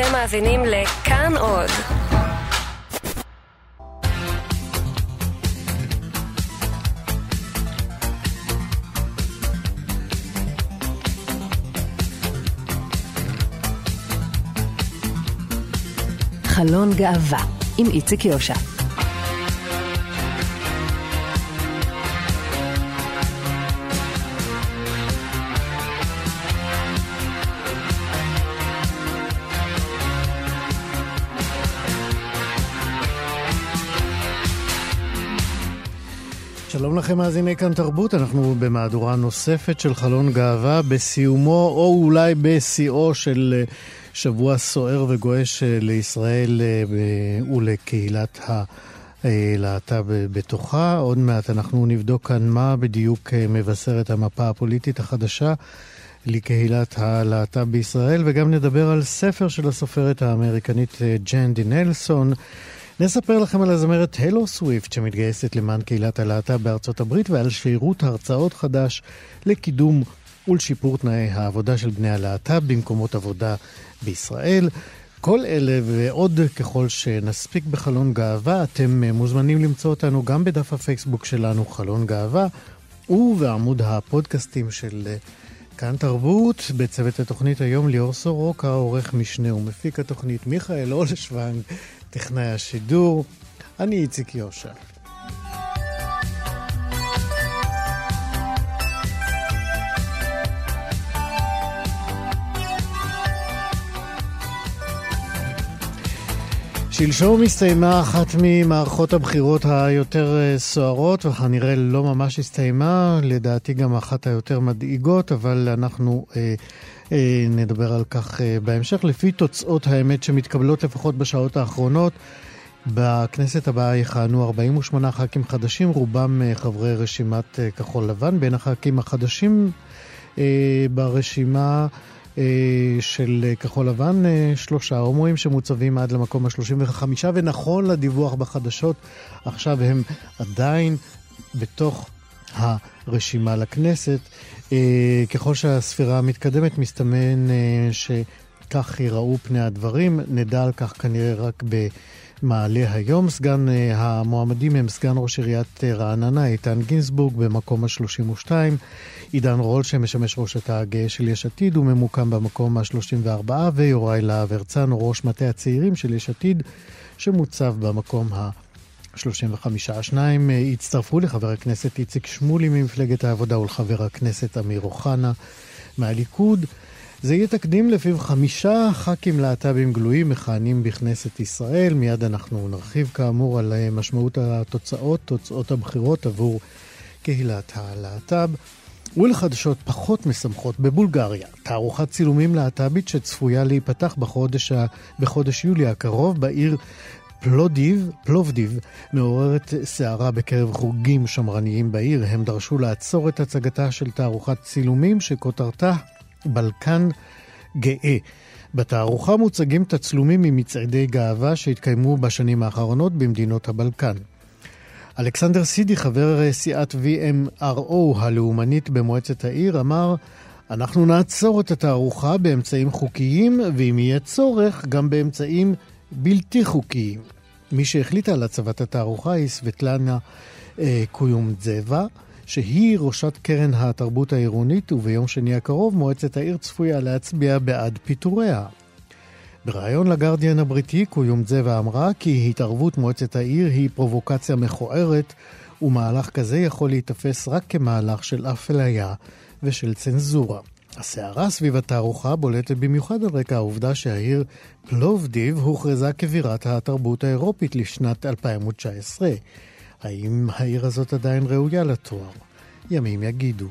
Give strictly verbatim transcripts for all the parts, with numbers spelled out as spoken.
אתם מאזינים לכאן עוד. חלון גאווה עם איציק יושע. שלום לכם מאזיני כאן תרבות, אנחנו במהדורה נוספת של חלון גאווה, בסיומו או אולי בשיאו של שבוע סוער וגואש לישראל ולקהילת הלהט"ב בתוכה. עוד מעט אנחנו נבדוק כאן מה בדיוק מבשרת המפה הפוליטית החדשה לקהילת הלהט"ב בישראל, וגם נדבר על ספר של הסופרת האמריקנית ג'נדי נלסון. נספר לכם על הזמרת טיילור סוויפט שמתגייסת למען קהילת הלהט"ב בארצות הברית, ועל שירות הרצאות חדש לקידום ולשיפור תנאי העבודה של בני הלהט"ב במקומות עבודה בישראל. כל אלה ועוד ככל שנספיק בחלון גאווה. אתם מוזמנים למצוא אותנו גם בדף הפייסבוק שלנו חלון גאווה, ובעמוד הפודקאסטים של כאן תרבות. בצוות התוכנית היום ליאור סורוקה, עורך משנה ומפיק התוכנית מיכאל אולשוונג, טכנאי השידור. אני איציק יושע. שלשום הסתיימה אחת ממערכות הבחירות היותר סוערות, וכנראה לא ממש הסתיימה, לדעתי גם אחת היותר מדאיגות, אבל אנחנו אה, אה, נדבר על כך אה, בהמשך. לפי תוצאות האמת שמתקבלות לפחות בשעות האחרונות, בכנסת הבאה יכהנו ארבעים ושמונה ח"כים חדשים, רובם אה, חברי רשימת אה, כחול לבן. בין הח"כים החדשים אה, ברשימה של כחול לבן, שלושה הומואים שמוצבים עד למקום ה-שלושים וחמש, ונכון לדיווח בחדשות עכשיו הם עדיין בתוך הרשימה לכנסת. ככל שהספירה מתקדמת מסתמן שכך ייראו פני הדברים. נדע על כך כנראה רק במעלה היום. סגן המועמדים הם סגן ראש עיריית רעננה איתן גינזבורג במקום ה-שלושים ושתיים, עידן רול שמשמש ראש התא הגאה של יש עתיד וממוקם במקום ה-שלושים וארבע, ויוראי להב הרצנו ראש מטה הצעירים של יש עתיד שמוצב במקום ה-שלושים וחמש. השניים הצטרפו לחבר הכנסת איציק שמולי ממפלגת העבודה ולחבר הכנסת אמיר אוחנה מהליכוד. זה יהיה תקדים לפיו חמישה ח"כים להט"בים גלויים מכהנים בכנסת ישראל. מיד אנחנו נרחיב כאמור על משמעות התוצאות, תוצאות הבחירות עבור קהילת הלהט"ב. ולחדשות פחות משמחות, בבולגריה תערוכת צילומים להט"בית שצפויה להיפתח בחודש, בחודש יולי הקרוב בעיר פלודיב, פלובדיב, מעוררת שערה בקרב חוגים שמרניים בעיר. הם דרשו לעצור את הצגתה של תערוכת צילומים שכותרתה בלקן גאה. בתערוכה מוצגים תצלומים ממצעדי גאווה שהתקיימו בשנים האחרונות במדינות הבלקן. אלכסנדר סידי, חבר סיעת וי אם אר או הלאומנית במועצת העיר, אמר, אנחנו נעצור את התערוכה באמצעים חוקיים, ואם יהיה צורך גם באמצעים בלתי חוקיים. מי שהחליטה על הצבת התערוכה היא סבטלנה אה, קויומדזבה, שהיא ראשת קרן התרבות העירונית, וביום שני הקרוב מועצת העיר צפויה להצביע בעד פיטוריה. בראיון לגרדיאן הבריטי, קויומדזבה אמרה כי התערבות מועצת העיר היא פרובוקציה מכוערת, ומהלך כזה יכול להתאפס רק כמהלך של אפליה ושל צנזורה. הסערה סביב התערוכה בולטת במיוחד על רקע העובדה שהעיר פלובדיב הוכרזה כבירת התרבות האירופית לשנת אלפיים תשע עשרה. האם העיר הזאת עדיין ראויה לתואר? ימים יגידו.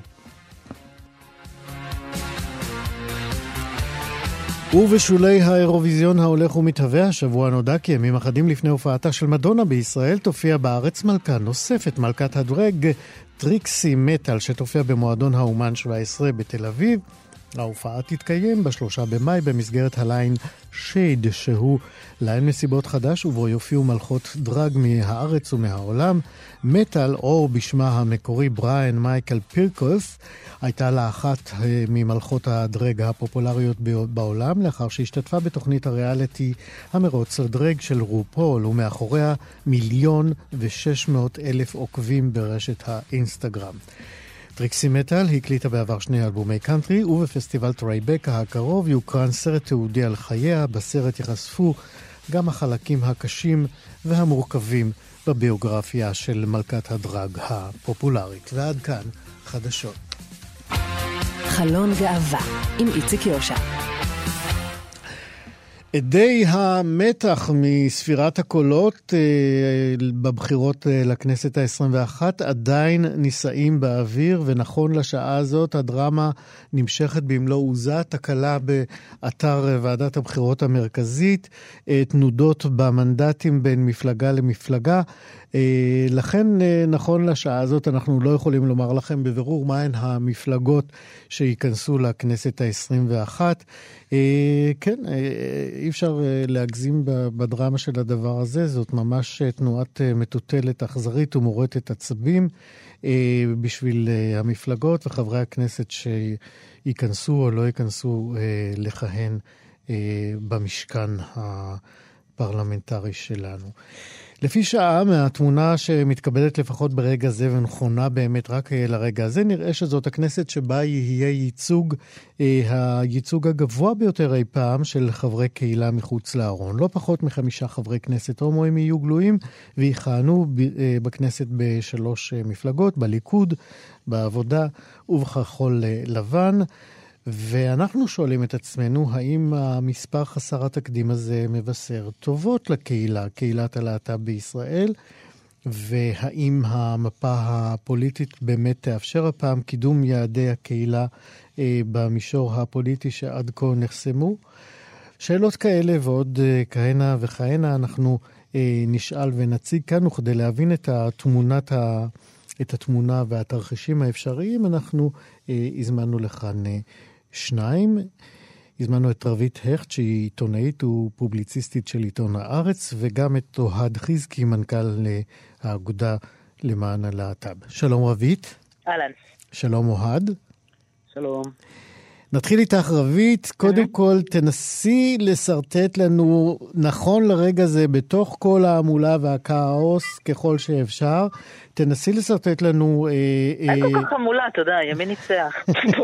ובשולי האירוויזיון ההולך ומתהווה, השבוע נודע כי ימים אחדים לפני הופעתה של מדונה בישראל תופיע בארץ מלכה נוספת, מלכת הדרג טריקסי מטל, שתופיע במועדון האומן שבע עשרה בתל אביב. ההופעה תתקיים בשלושה במאי במסגרת הליין שייד, שהוא ליין מסיבות חדש ובו יופיעו מלכות דרג מהארץ ומהעולם. מטל, או בשמה המקורי בריאן מייקל פירקוס, הייתה לה אחת ממלכות הדרג הפופולריות בעולם, לאחר שהשתתפה בתוכנית הריאליטי המרוץ לדרג של רופול, ומאחוריה מיליון ושש מאות אלף עוקבים ברשת האינסטגרם. טריקסי מטל הקליטה בעבר שני אלבומי קאנטרי, ובפסטיבל טרייבקה הקרוב יוקרן סרט תיעודי על חייה. בסרט יחשפו גם החלקים הקשים והמורכבים בביוגרפיה של מלכת הדרג הפופולרית. ועד כאן חדשות. חלון גאווה עם איציק יושע. עדי המתח מספירת הקולות אה, בבחירות אה, לכנסת ה-עשרים ואחת עדיין נישאים באוויר, ונכון לשעה הזאת הדרמה נמשכת במלוא עוזה. תקלה באתר ועדת הבחירות המרכזית, אה, תנודות במנדטים בין מפלגה למפלגה. אה, לכן אה, נכון לשעה הזאת אנחנו לא יכולים לומר לכם בבירור מהן המפלגות שיכנסו לכנסת ה-עשרים ואחת. אה, כן, אה, אי אפשר להגזים בדרמה של הדבר הזה. זאת ממש תנועת מטוטלת אכזרית ומורטת עצבים בשביל המפלגות וחברי הכנסת שייכנסו או לא ייכנסו לכהן במשכן הפרלמנטרי שלנו. לפי שעה מהתמונה שמתקבלת לפחות ברגע זה ונכונה באמת רק לרגע הזה, נראה שזאת הכנסת שבה יהיה ייצוג, הייצוג הגבוה ביותר אי פעם של חברי קהילה מחוץ לארון. לא פחות מחמישה חברי כנסת הומואים יהיו גלויים ויכהנו בכנסת בשלוש מפלגות, בליכוד, בעבודה ובכחול לבן. ואנחנו שואלים את עצמנו, האם המספר חסר התקדים הזה מבשר טובות לקהילה, קהילת הלהט"ב בישראל, והאם המפה הפוליטית באמת תאפשר הפעם קידום יעדי הקהילה אה, במישור הפוליטי שעד כה נחסמו? שאלות כאלה ועוד אה, כהנה וכהנה אנחנו אה, נשאל ונציג כאן, וכדי להבין את התמונת ה... את התמונה והתרחישים האפשריים, אנחנו אה, הזמנו לכאן אה, שניים. הזמנו את רבית הכט, שהיא עיתונאית ופובליציסטית של עיתון הארץ, וגם את אוהד חזקי, מנכ"ל האגודה למען הלהט"ב. שלום רבית. אהלן. שלום אוהד. שלום. נתחיל איתך רבית. קודם כל תנסי לסרטט לנו נכון לרגע זה בתוך כל העמולה והכאוס ככל שאפשר. תנסי לסרטט לנו... אין כל כך עמולה, אתה יודע, ימין ניצח.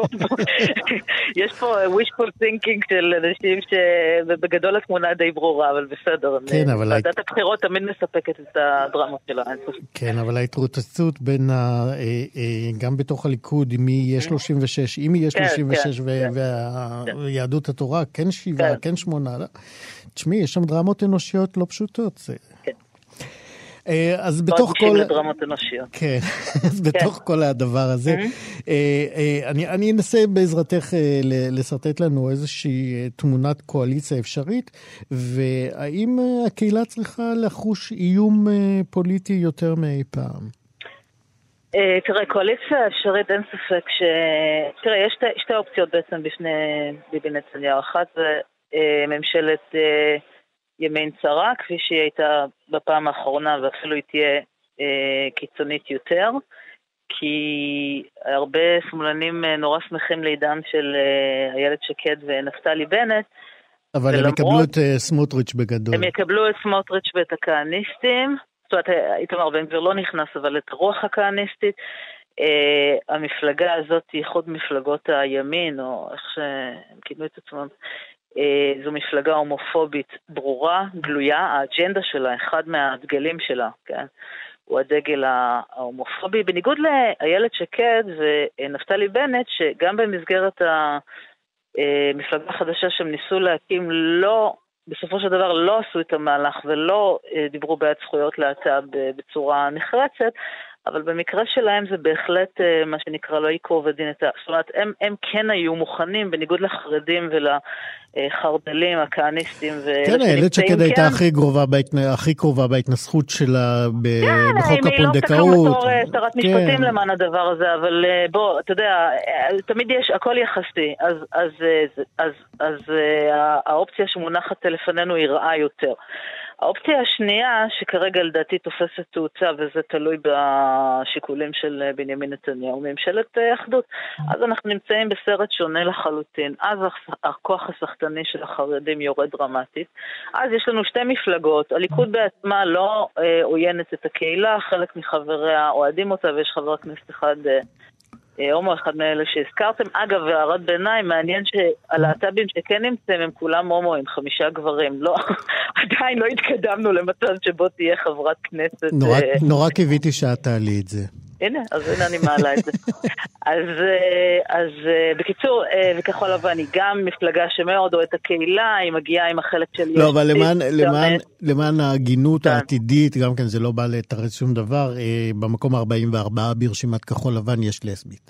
יש פה wishful thinking של אנשים שבגדול התמונה די ברורה, אבל בסדר. כן, אבל... ועדת הבחירות תמיד מספקת את הדרמות שלה. כן, אבל ההתרוצצות בין ה... גם בתוך הליכוד, מי יהיה שלושים ושש, אם יהיה שלושים ושש ויהדות התורה, כן שבעה, כן שמונה. תשמעי, יש שם דרמות אנושיות לא פשוטות. כן. אז בתוך כל... לדרמות אנושיות. כן, אז בתוך כל הדבר הזה, אני אנסה בעזרתך לסרטט לנו איזושהי תמונת קואליציה אפשרית, והאם הקהילה צריכה לחוש איום פוליטי יותר מאי פעם? תראה, קואליציה אפשרית אין ספק ש... תראה, יש שתי אופציות בעצם בפני ביבי נתניהו. אחת זה ממשלת... ימין צרה, כפי שהיא הייתה בפעם האחרונה, ואפילו היא תהיה אה, קיצונית יותר, כי הרבה שמאלנים נורא שמחים לעידן של אה, איילת שקד ונפתלי בנט. אבל הם יקבלו את אה, סמוטריץ' בגדול. הם יקבלו את סמוטריץ' ואת הכהניסטים, זאת אומרת, איתמר בן גביר לא נכנס, אבל את הרוח הכהניסטית. אה, המפלגה הזאת היא חוד מפלגות הימין, או איך שהם קידמו את עצמם, זו מפלגה הומופובית ברורה, גלויה. האג'נדה שלה, אחד מהדגלים שלה, כן, הוא הדגל ההומופובי, בניגוד לאיילת שקד ונפתלי בנט, שגם במסגרת המפלגה החדשה שהם ניסו להקים, לא, בסופו של דבר לא עשו את המהלך ולא דיברו בעד זכויות להט"ב בצורה נחרצת, אבל במקרה שלהם זה בהחלט מה שנקרא לא יקרוב ודין את ה... זאת אומרת, הם, הם כן היו מוכנים, בניגוד לחרדים ולחרדלים, הכהניסטים. כן, איילת שקד הייתה הכי קרובה, הכי קרובה בהתנסחות שלה בחוק הפונדקאות. כן, היא לא צריכה מסור שרת משפטים למען הדבר הזה, אבל בוא, אתה יודע, תמיד יש, הכל יחסי, אז, אז, אז, אז האופציה שמונחת לפנינו היא רעה יותר. האופציה השנייה, שכרגע לדעתי תופסת תאוצה, וזה תלוי בשיקולים של בנימין נתניהו, ממשלת אחדות, אז אנחנו נמצאים בסרט שונה לחלוטין. אז הכוח הסחטני של החרדים יורד דרמטית. אז יש לנו שתי מפלגות, הליכוד בעצמה לא אה, עוינת את הקהילה, חלק מחבריה אוהדים אותה, ויש חבר הכנסת אחד... אה, הומו אחד מאלה שהזכרתם. אגב, והערת ביניים, מעניין שהלהט"בים שכן נמצאים הם כולם הומואים, חמישה גברים. לא, עדיין לא התקדמנו למצב שבו תהיה חברת כנסת. נורא, נורא קיוויתי שאת תעלי את זה. הנה, אז הנה אני מעלה את זה. אז, אז בקיצור, וכחול לבן היא גם מפלגה שמאוד או את הקהילה, היא מגיעה עם החלק של... לא, אבל למען, למען, למען ההגינות העתידית, גם כן זה לא בא לתרץ שום דבר, במקום ארבעים וארבע ברשימת כחול לבן יש לסבית.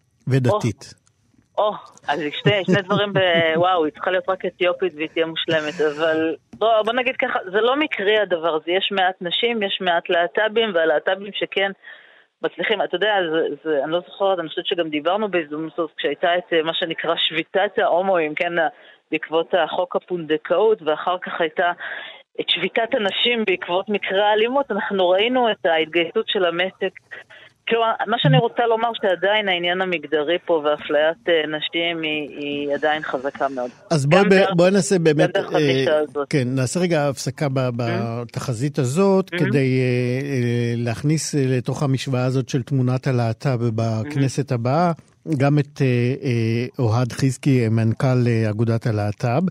ודתית. או, אז שני, שני דברים, וואו, היא צריכה להיות רק אתיופית והיא תהיה מושלמת, אבל בוא, בוא נגיד ככה, זה לא מקרי הדבר הזה, יש מעט נשים, יש מעט להט"בים, והלהט"בים שכן מצליחים, אתה יודע, זה, זה, אני לא זוכרת, אני חושבת שגם דיברנו בהזדמנות הזאת, כשהייתה את מה שנקרא שביתת ההומואים, כן, בעקבות החוק הפונדקאות, ואחר כך הייתה את שביתת הנשים בעקבות מקרה האלימות, אנחנו ראינו את ההתגייסות של המשק. כאילו, מה שאני רוצה לומר שעדיין העניין המגדרי פה ואפליית נשים היא, היא עדיין חזקה מאוד. אז בואי בוא נעשה באמת, אה, כן, נעשה רגע הפסקה בתחזית הזאת, mm-hmm. כדי אה, להכניס לתוך המשוואה הזאת של תמונת הלהט"ב בכנסת mm-hmm. הבאה, גם את אוהד חזקי, מנכ"ל אגודת הלהט"ב.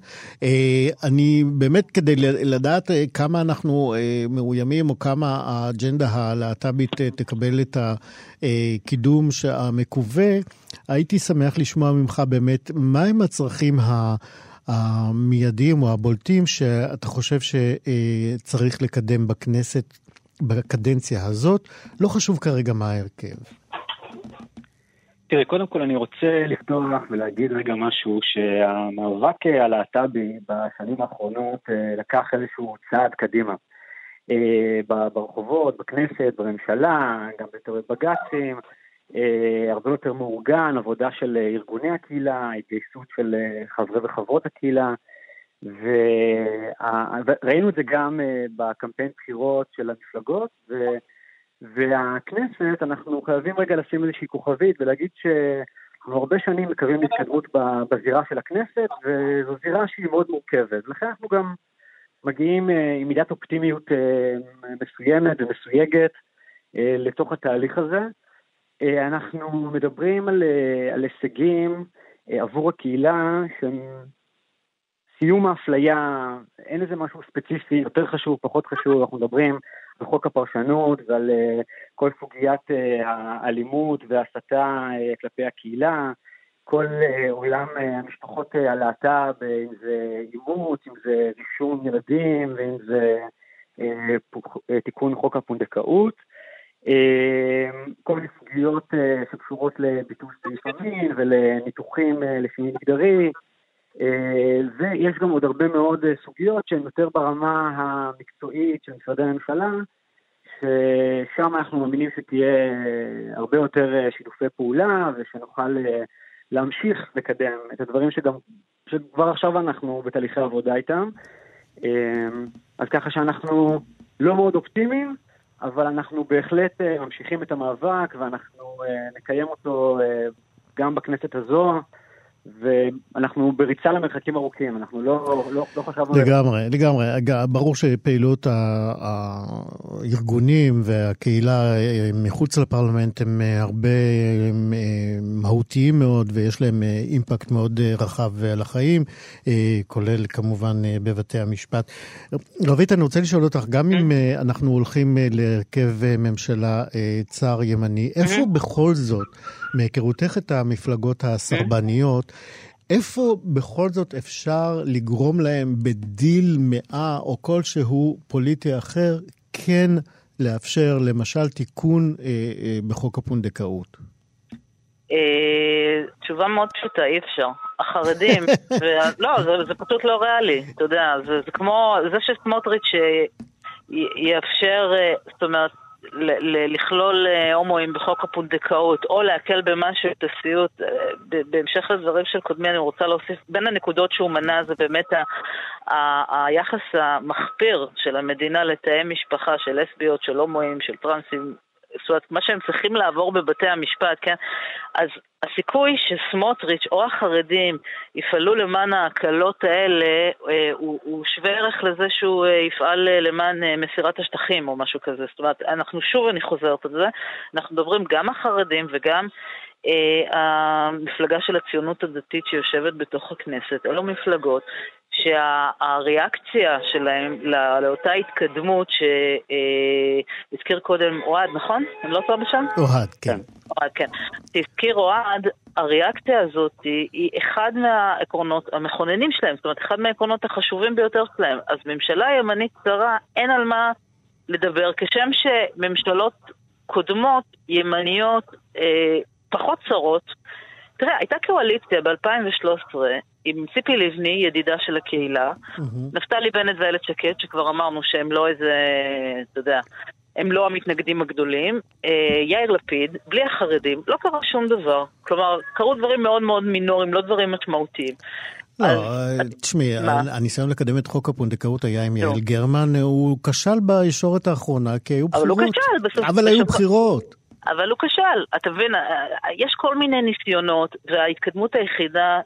אני באמת, כדי לדעת כמה אנחנו מאוימים, או כמה האג'נדה הלהט"בית תקבל את הקידום המקווה, הייתי שמח לשמוע ממך באמת, מה הם הצרכים המיידיים או הבולטים שאתה חושב שצריך לקדם בכנסת בקדנציה הזאת? לא חשוב כרגע מה ההרכב. תראה, קודם כל אני רוצה לפתוח ולהגיד רגע משהו, שהמאבק הלהט"בי בשנים האחרונות לקח איזשהו צעד קדימה. ברחובות, בכנסת, בממשלה, גם ביותר בבג"צים, הרבה יותר מאורגן, עבודה של ארגוני הקהילה, התגייסות של חברי וחברות הקהילה, וראינו את זה גם בקמפיין בחירות של המפלגות, ו... והכנסת, אנחנו חייבים רגע לשים איזושהי כוכבית ולהגיד שאנחנו הרבה שנים מקווים להתקדמות בזירה של הכנסת, וזו זירה שהיא מאוד מורכבת. לכן אנחנו גם מגיעים עם מידת אופטימיות מסוימת ומסויגת לתוך התהליך הזה. אנחנו מדברים על, על הישגים עבור הקהילה שהם סיום האפליה, אין איזה משהו ספציפי, יותר חשוב, פחות חשוב, אנחנו מדברים על חוק הפרשנות ועל uh, כל סוגיית uh, האלימות וההסתה uh, כלפי הקהילה, כל uh, עולם uh, המשפחות uh, הלהט"ב, uh, אם זה אימוץ, אם זה רישום ילדים, ואם זה uh, פוק, uh, תיקון חוק הפונדקאות, uh, כל סוגיות uh, שקשורות לביטול סעיף המין ולניתוחים uh, לשינוי מגדרי, ויש גם עוד הרבה מאוד סוגיות שהן יותר ברמה המקצועית של משרדי הממשלה, ששם אנחנו מאמינים שתהיה הרבה יותר שיתופי פעולה, ושנוכל להמשיך לקדם את הדברים שגם, שכבר עכשיו אנחנו בתהליכי עבודה איתם. אז ככה שאנחנו לא מאוד אופטימיים, אבל אנחנו בהחלט ממשיכים את המאבק, ואנחנו נקיים אותו גם בכנסת הזו, ואנחנו בריצה למרחקים ארוכים, אנחנו לא, לא, לא חשבנו... לגמרי, לגמרי. ברור שפעילות הארגונים והקהילה מחוץ לפרלמנט הם הרבה מהותיים מאוד, ויש להם אימפקט מאוד רחב על החיים, כולל כמובן בבתי המשפט. רבית, אני רוצה לשאול אותך, גם אם אנחנו הולכים להרכב ממשלה צר ימני, איפה בכל זאת, מהיכרותך את המפלגות הסרבניות, איפה בכל זאת אפשר לגרום להם בדיל מאה או כלשהו פוליטי אחר כן לאפשר למשל תיקון אה, אה, בחוק הפונדקאות? תשובה מאוד פשוטה, אי אפשר. החרדים, לא, זה, זה פשוט לא ריאלי, אתה יודע, זה, זה כמו, זה שסמוטריץ' שיאפשר, זאת אומרת, ל- ל- לכלול הומואים בחוק הפונדקאות, או להקל במשהו את הסיוט, בהמשך לדברים של קודמי, אני רוצה להוסיף, בין הנקודות שהוא מנע, זה באמת ה- ה- היחס המחפיר של המדינה לתאם משפחה של לסביות, של הומואים, של טרנסים, זאת אומרת, מה שהם צריכים לעבור בבתי המשפט, כן? אז הסיכוי שסמוטריץ' או החרדים יפעלו למען ההקלות האלה, הוא, הוא שווה ערך לזה שהוא יפעל למען מסירת השטחים או משהו כזה. זאת אומרת, אנחנו שוב, אני חוזרת על זה, אנחנו מדברים גם החרדים וגם אה, המפלגה של הציונות הדתית שיושבת בתוך הכנסת. אלו מפלגות שהריאקציה שלהם לא, לאותה התקדמות שהזכיר קודם אוהד, נכון? אני לא טועה בשם? אוהד, כן. אוהד, כן. תזכיר אוהד, הריאקציה הזאת היא אחד מהעקרונות המכוננים שלהם, זאת אומרת, אחד מהעקרונות החשובים ביותר שלהם. אז ממשלה ימנית צרה, אין על מה לדבר, כשם שממשלות קודמות, ימניות, אה, פחות צרות. תראה, הייתה קואליציה ב-אלפיים ושלוש עשרה עם ציפי לבני, ידידה של הקהילה, mm-hmm. נפתלי בנט ואילת שקד, שכבר אמרנו שהם לא איזה, אתה יודע, הם לא המתנגדים הגדולים, אה, יאיר לפיד, בלי החרדים, לא קרה שום דבר. כלומר, קרו דברים מאוד מאוד מינוריים, לא דברים משמעותיים. לא, תשמעי, הניסיון לקדם את חוק הפונדקאות היה עם יעל גרמן, הוא כשל בישורת האחרונה, כי היו בחירות. אבל הוא כשל. בסוף, אבל היו בחירות. אבל הוא כשל. אתה מבין, יש כל מיני ניסיונות, וההתקדמות היחידה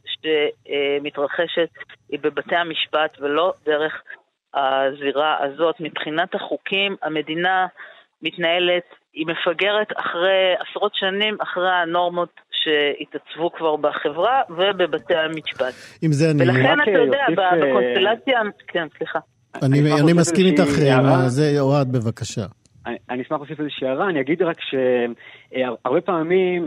שמתרחשת היא בבתי המשפט, ולא דרך הזירה הזאת. מבחינת החוקים, המדינה מתנהלת, היא מפגרת אחרי עשרות שנים, אחרי הנורמות שהתעצבו כבר בחברה ובבתי המשפט. עם זה אני... ולכן אתה יודע, בקונסטלציה... כן, סליחה. אני מסכים איתך, זה אוהד בבקשה. אני, אני אשמח להוסיף איזושהי הערה, אני אגיד רק שהרבה פעמים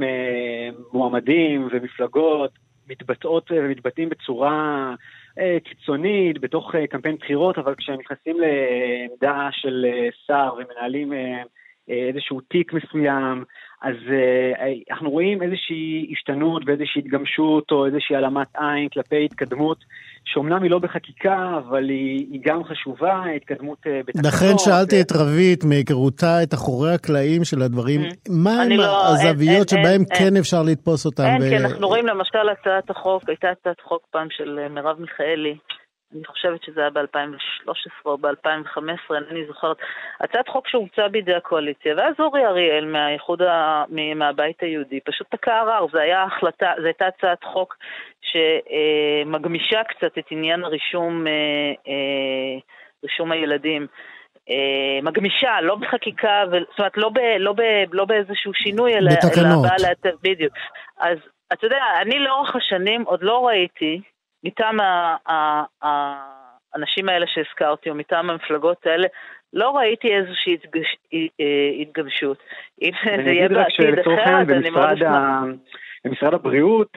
מועמדים ומפלגות מתבטאות ומתבטאים בצורה קיצונית בתוך קמפיין בחירות, אבל כשהם נכנסים לעמדה של שר ומנהלים איזשהו תיק מסוים, אז אנחנו רואים איזושהי השתנות ואיזושהי התגמשות או איזושהי העלמת עין כלפי התקדמות, שאומנם היא לא בחקיקה, אבל היא, היא גם חשובה, התקדמות בתקנות. לכן שאלתי את רבית, מהיכרותה את אחורי הקלעים של הדברים, מה הם הזוויות שבהם כן אפשר לתפוס אותם? אין, כן, אנחנו רואים למשל הצעת החוק, הייתה הצעת חוק פעם של מרב מיכאלי, אני חושבת שזה היה ב-אלפיים ושלוש עשרה או ב-אלפיים וחמש עשרה, אני זוכרת, הצעת חוק שהומצא בידי הקואליציה, ואז אורי אריאל מהאיחוד, מהבית היהודי, פשוט תקע ערר, זה היה החלטה, זה הייתה הצעת חוק שמגמישה קצת את עניין הרישום, רישום הילדים, מגמישה, לא בחקיקה, זאת אומרת, לא, ב, לא, ב, לא באיזשהו שינוי, אלא בתקנות. בדיוק. אז אתה יודע, אני לאורך השנים עוד לא ראיתי, מטעם האנשים האלה שהזכרתי, או מטעם המפלגות האלה, לא ראיתי איזושהי התגבשות. אם זה יהיה בעתיד אחר, אז אני מאוד אשמח. במשרד הבריאות,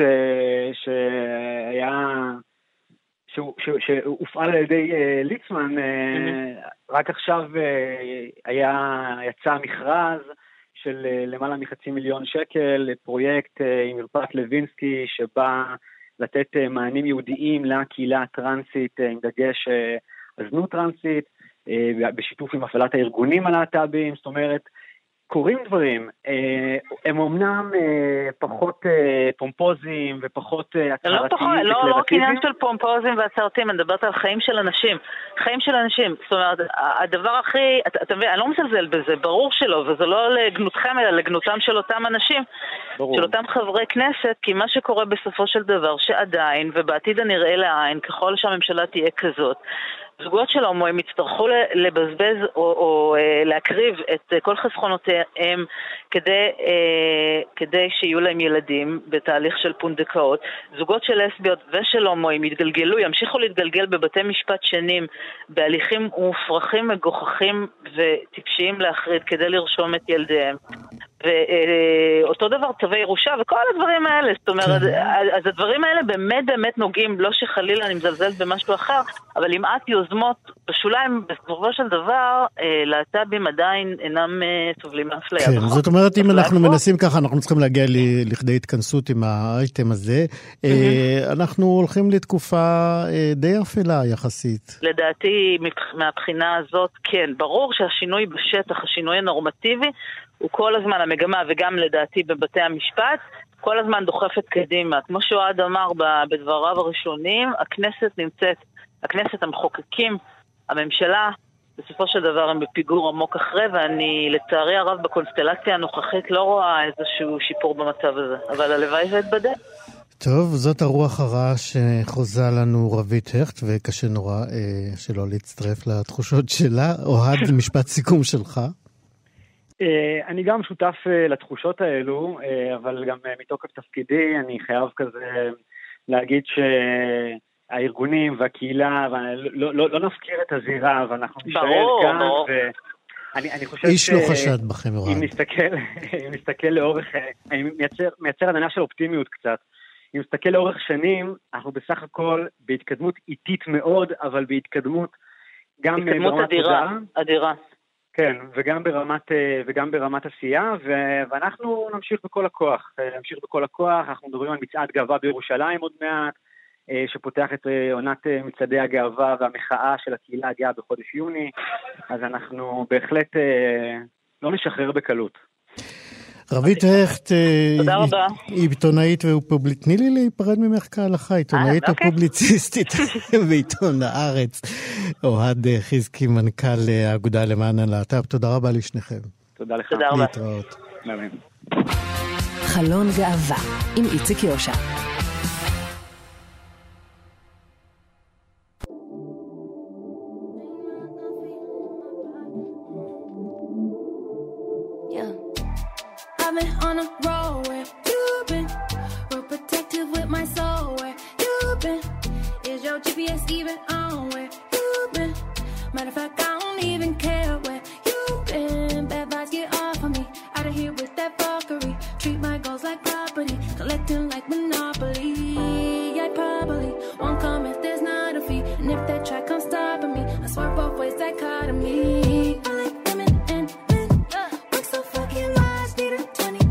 שהיה, שהופעל על ידי ליצמן, רק עכשיו יצא מכרז של למעלה מחצי מיליון שקל, פרויקט עם מרפאת לוינסקי, שבא לתת מענים יהודיים לקהילה הטרנסית, עם דגש על זנות טרנסית, בשיתוף עם הפעלת הארגונים הלהט"בים, זאת אומרת, קורים דברים, הם אמנם פחות פומפוזיים ופחות הצהרתיים. לא, לא רק עניין של פומפוזיים והצהרתיים, אני מדברת על חיים של אנשים, חיים של אנשים, זאת אומרת, הדבר הכי, אתה מבין, אני לא מסלזל בזה, ברור שלא, וזה לא לגנותכם, אלא לגנותם של אותם אנשים, של אותם חברי כנסת, כי מה שקורה בסופו של דבר, שעדיין, ובעתיד הנראה לעין, ככל שהממשלה תהיה כזאת, זוגות של הומואים יצטרכו לבזבז או, או להקריב את כל חסכונותיהם כדי, כדי שיהיו להם ילדים בתהליך של פונדקאות. זוגות של לסביות ושל הומואים יתגלגלו, ימשיכו להתגלגל בבתי משפט שנים בהליכים מופרכים, מגוחכים וטיפשיים להחריד כדי לרשום את ילדיהם. ואותו דבר צווי ירושה וכל הדברים האלה, זאת אומרת, אז הדברים האלה באמת באמת נוגעים, לא שחלילה אני מזלזלת במשהו אחר, אבל עם מעט יוזמות, בשוליים, בסופו של דבר, להט"בים עדיין אינם סובלים מאפליה. כן, זאת אומרת, אם אנחנו מנסים ככה, אנחנו צריכים להגיע לכדי התכנסות עם האייטם הזה. אנחנו הולכים לתקופה די אפלה יחסית. לדעתי, מהבחינה הזאת, כן. ברור שהשינוי בשטח, השינוי הנורמטיבי, הוא כל הזמן המגמה, וגם לדעתי בבתי המשפט, כל הזמן דוחפת קדימה. כמו שאוהד אמר בדבריו הראשונים, הכנסת נמצאת, הכנסת המחוקקים, הממשלה, בסופו של דבר הם בפיגור עמוק אחרי, ואני לצערי הרב בקונסטלציה הנוכחית לא רואה איזשהו שיפור במצב הזה, אבל הלוואי זה יתבדל. טוב, זאת הרוח הרעה שחוזה לנו רבית הכט, וקשה נורא אה, שלא להצטרף לתחושות שלה. אוהד, משפט סיכום שלך. אני גם שותף לתחושות האלו, אבל גם מתוקף תפקידי אני חייב כזה להגיד שהארגונים והקהילה, לא, לא, לא נזכיר את הזירה, ואנחנו נשאר כאן. ואני, אני חושב איש לא חשד בכם, אוהד. אם נסתכל, אם נסתכל לאורך, אני מייצר, מייצר עננה של אופטימיות קצת. אם נסתכל לאורך שנים, אנחנו בסך הכל בהתקדמות איטית מאוד, אבל בהתקדמות גם התקדמות אדירה, אדירה. כן, וגם ברמת, וגם ברמת עשייה, ואנחנו נמשיך בכל הכוח, נמשיך בכל הכוח, אנחנו מדברים על מצעד גאווה בירושלים עוד מעט, שפותח את עונת מצעדי הגאווה והמחאה של הקהילה הגאה בחודש יוני, אז אנחנו בהחלט לא נשחרר בקלות. רבית הכט, היא עיתונאית ופובליציסטית, תני לי להיפרד ממך כהלכה, עיתונאית ופובליציסטית בעיתון הארץ. אוהד חזקי, מנכ"ל האגודה למען הלהט"ב, תודה רבה לשניכם. תודה לך. תודה רבה. להתראות. חלון גאווה עם איציק יושע. On a roll where you've been, real protective with my soul where you've been. Is your G P S even on where you've been? Matter of fact, I don't even care where you've been. Bad vibes get off of me, out of here with that fuckery. Treat my goals like property, collecting like Monopoly. I probably won't come if there's not a fee, and if that track comes stopping me, I swear both ways dichotomy. I like women and men, work so fucking large, need a twenty.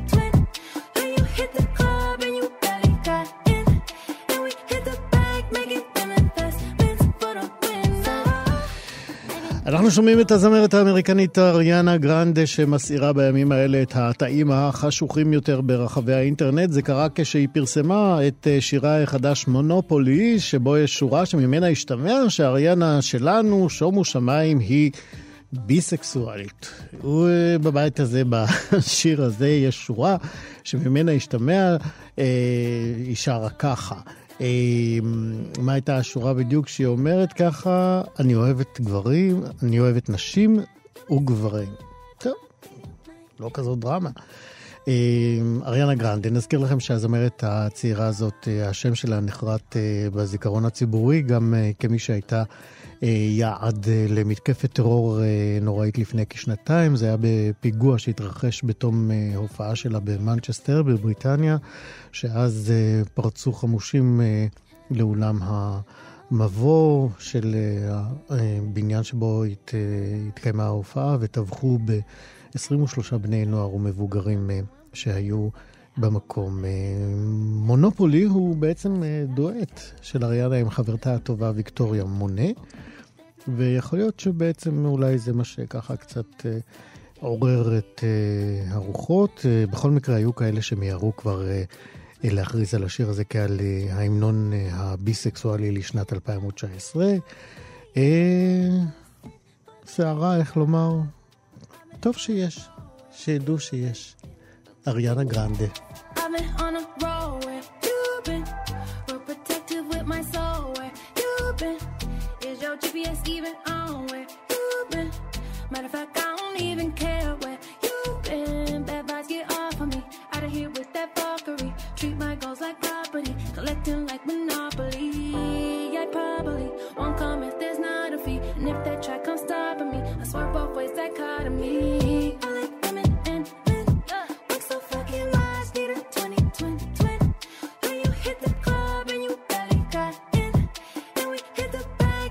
אנחנו שומעים את הזמרת האמריקנית אריאנה גרנדה שמסעירה בימים האלה את התאים החשוכים יותר ברחבי האינטרנט. זה קרה כשהיא פרסמה את שירה החדש מונופולי, שבו יש שורה שממנה השתמע שאריאנה שלנו, שומו שמיים, היא ביסקסואלית. ובבית הזה, בשיר הזה, יש שורה שממנה השתמע, אה, היא שרה ככה. מה הייתה השורה בדיוק שהיא אומרת ככה? אני אוהבת גברים, אני אוהבת נשים וגברים. טוב, לא כזאת דרמה. אריאנה גרנדה, נזכיר לכם שהזמרת הצעירה הזאת, השם שלה נחרט בזיכרון הציבורי, גם כמי שהייתה יעד למתקפת טרור נוראית לפני כשנתיים. זה היה בפיגוע שהתרחש בתום הופעה שלה במנצ'סטר בבריטניה, שאז פרצו חמושים לאולם המבוא של הבניין שבו התקיימה ההופעה, וטבחו ב-עשרים ושלושה בני נוער ומבוגרים שהיו במקום. מונופולי הוא בעצם דואט של אריאנה עם חברתה הטובה ויקטוריה מונה, ויכול להיות שבעצם אולי זה מה שככה קצת עורר את הרוחות. בכל מקרה היו כאלה שמיירו כבר להכריז על השיר הזה כעל ההמנון הביסקסואלי לשנת אלפיים תשע עשרה. שערה, איך לומר? טוב שיש, שידעו שיש. אריאנה גרנדה. I've been on a roll where you've been, real protective with my soul where you've been. Is your G P S even on where you've been? Matter of fact, I don't even care where you've been. Bad vibes get off of me, out of here with that fuckery. Treat my goals like property, collecting like Monopoly. I probably won't come if there's not a fee, and if that track comes stopping me, I swear both ways dichotomy. I like women and men, work so fucking large, need a twenty, twenty, twenty. When you hit the club and you barely got in, and we hit the bag,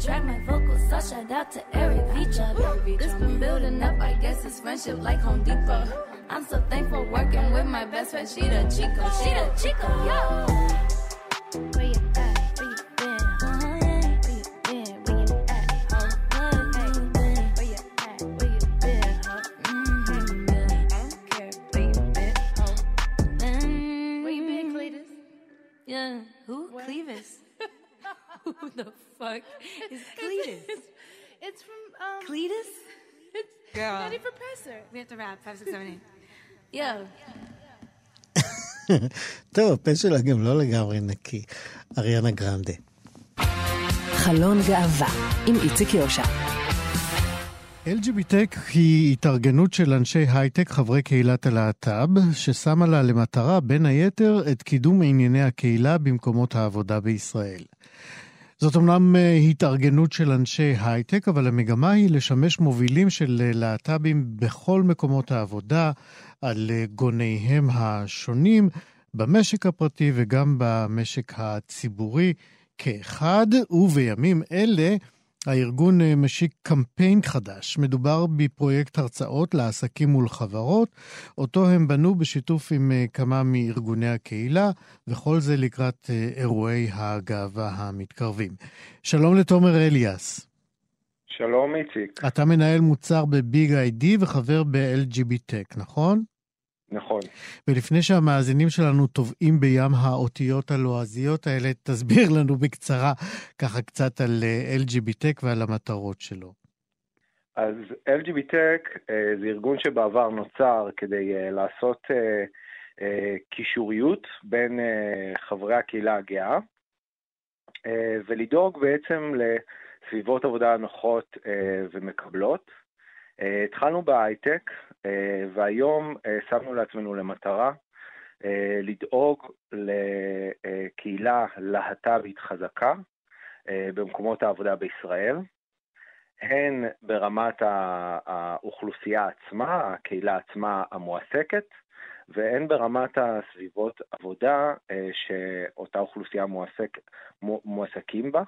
track my vocals, so shout out to Eric Vicha. This been building up, I guess it's friendship like Home Depot. I'm so thankful working with my best friend, she the Chico, she the Chico, yo. Where you at? Where you been? Uh-huh, yeah. Where you been? Where you at? Huh? Hey, where you at? Where you been? Huh? Mm-hmm, yeah. I don't care where you been. Huh? Mm-hmm. Where you been, Cletus? Yeah. Who? What? Clevis. Who the fuck is Cletus? It's, it's from um Cletus? It's Girl. Nutty Professor. We have to rap. Five, six, seven, eight. Yo. טוב, הפה שלה גם לא לגמרי נקי. אריאנה גרנדה. חלון גאווה עם איציק יושע. אל ג'י בי טק היא התארגנות של אנשי הייטק, חברי קהילת הלהט"ב, ששמה לה למטרה בין היתר את קידום ענייני הקהילה במקומות העבודה בישראל. זאת אומנם התארגנות של אנשי הייטק, אבל המגמה היא לשמש מובילים של להט"בים בכל מקומות העבודה, על גוניהם השונים, במשק הפרטי וגם במשק הציבורי כאחד, ובימים אלה הארגון משיק קמפיין חדש. מדובר בפרויקט הרצאות לעסקים מול חברות, אותו הם בנו בשיתוף עם כמה מארגוני הקהילה, וכל זה לקראת אירועי הגאווה המתקרבים. שלום לתומר אליאס. שלום איציק. אתה מנהל מוצר בביג איי די וחבר ב-אל ג'י בי טק, נכון? נכון. ולפני שהמאזינים שלנו טובעים בים האותיות הלועזיות האלה, תסביר לנו בקצרה ככה קצת על אל ג'י בי טק ועל המטרות שלו. אז אל ג'י בי טק זה ארגון שבעבר נוצר כדי לעשות קישוריות בין חברי הקהילה הגאה, ולדאוג בעצם לסביבות עבודה נוחות ומקבלות. התחלנו בהייטק, והיום שמנו לעצמנו למטרה לדאוג לקהילה להט"בית חזקה במקומות העבודה בישראל, הן ברמת האוכלוסייה עצמה, הקהילה עצמה המועסקת, והן ברמת הסביבות עבודה שאותה אוכלוסייה מועסק, מועסקים בה,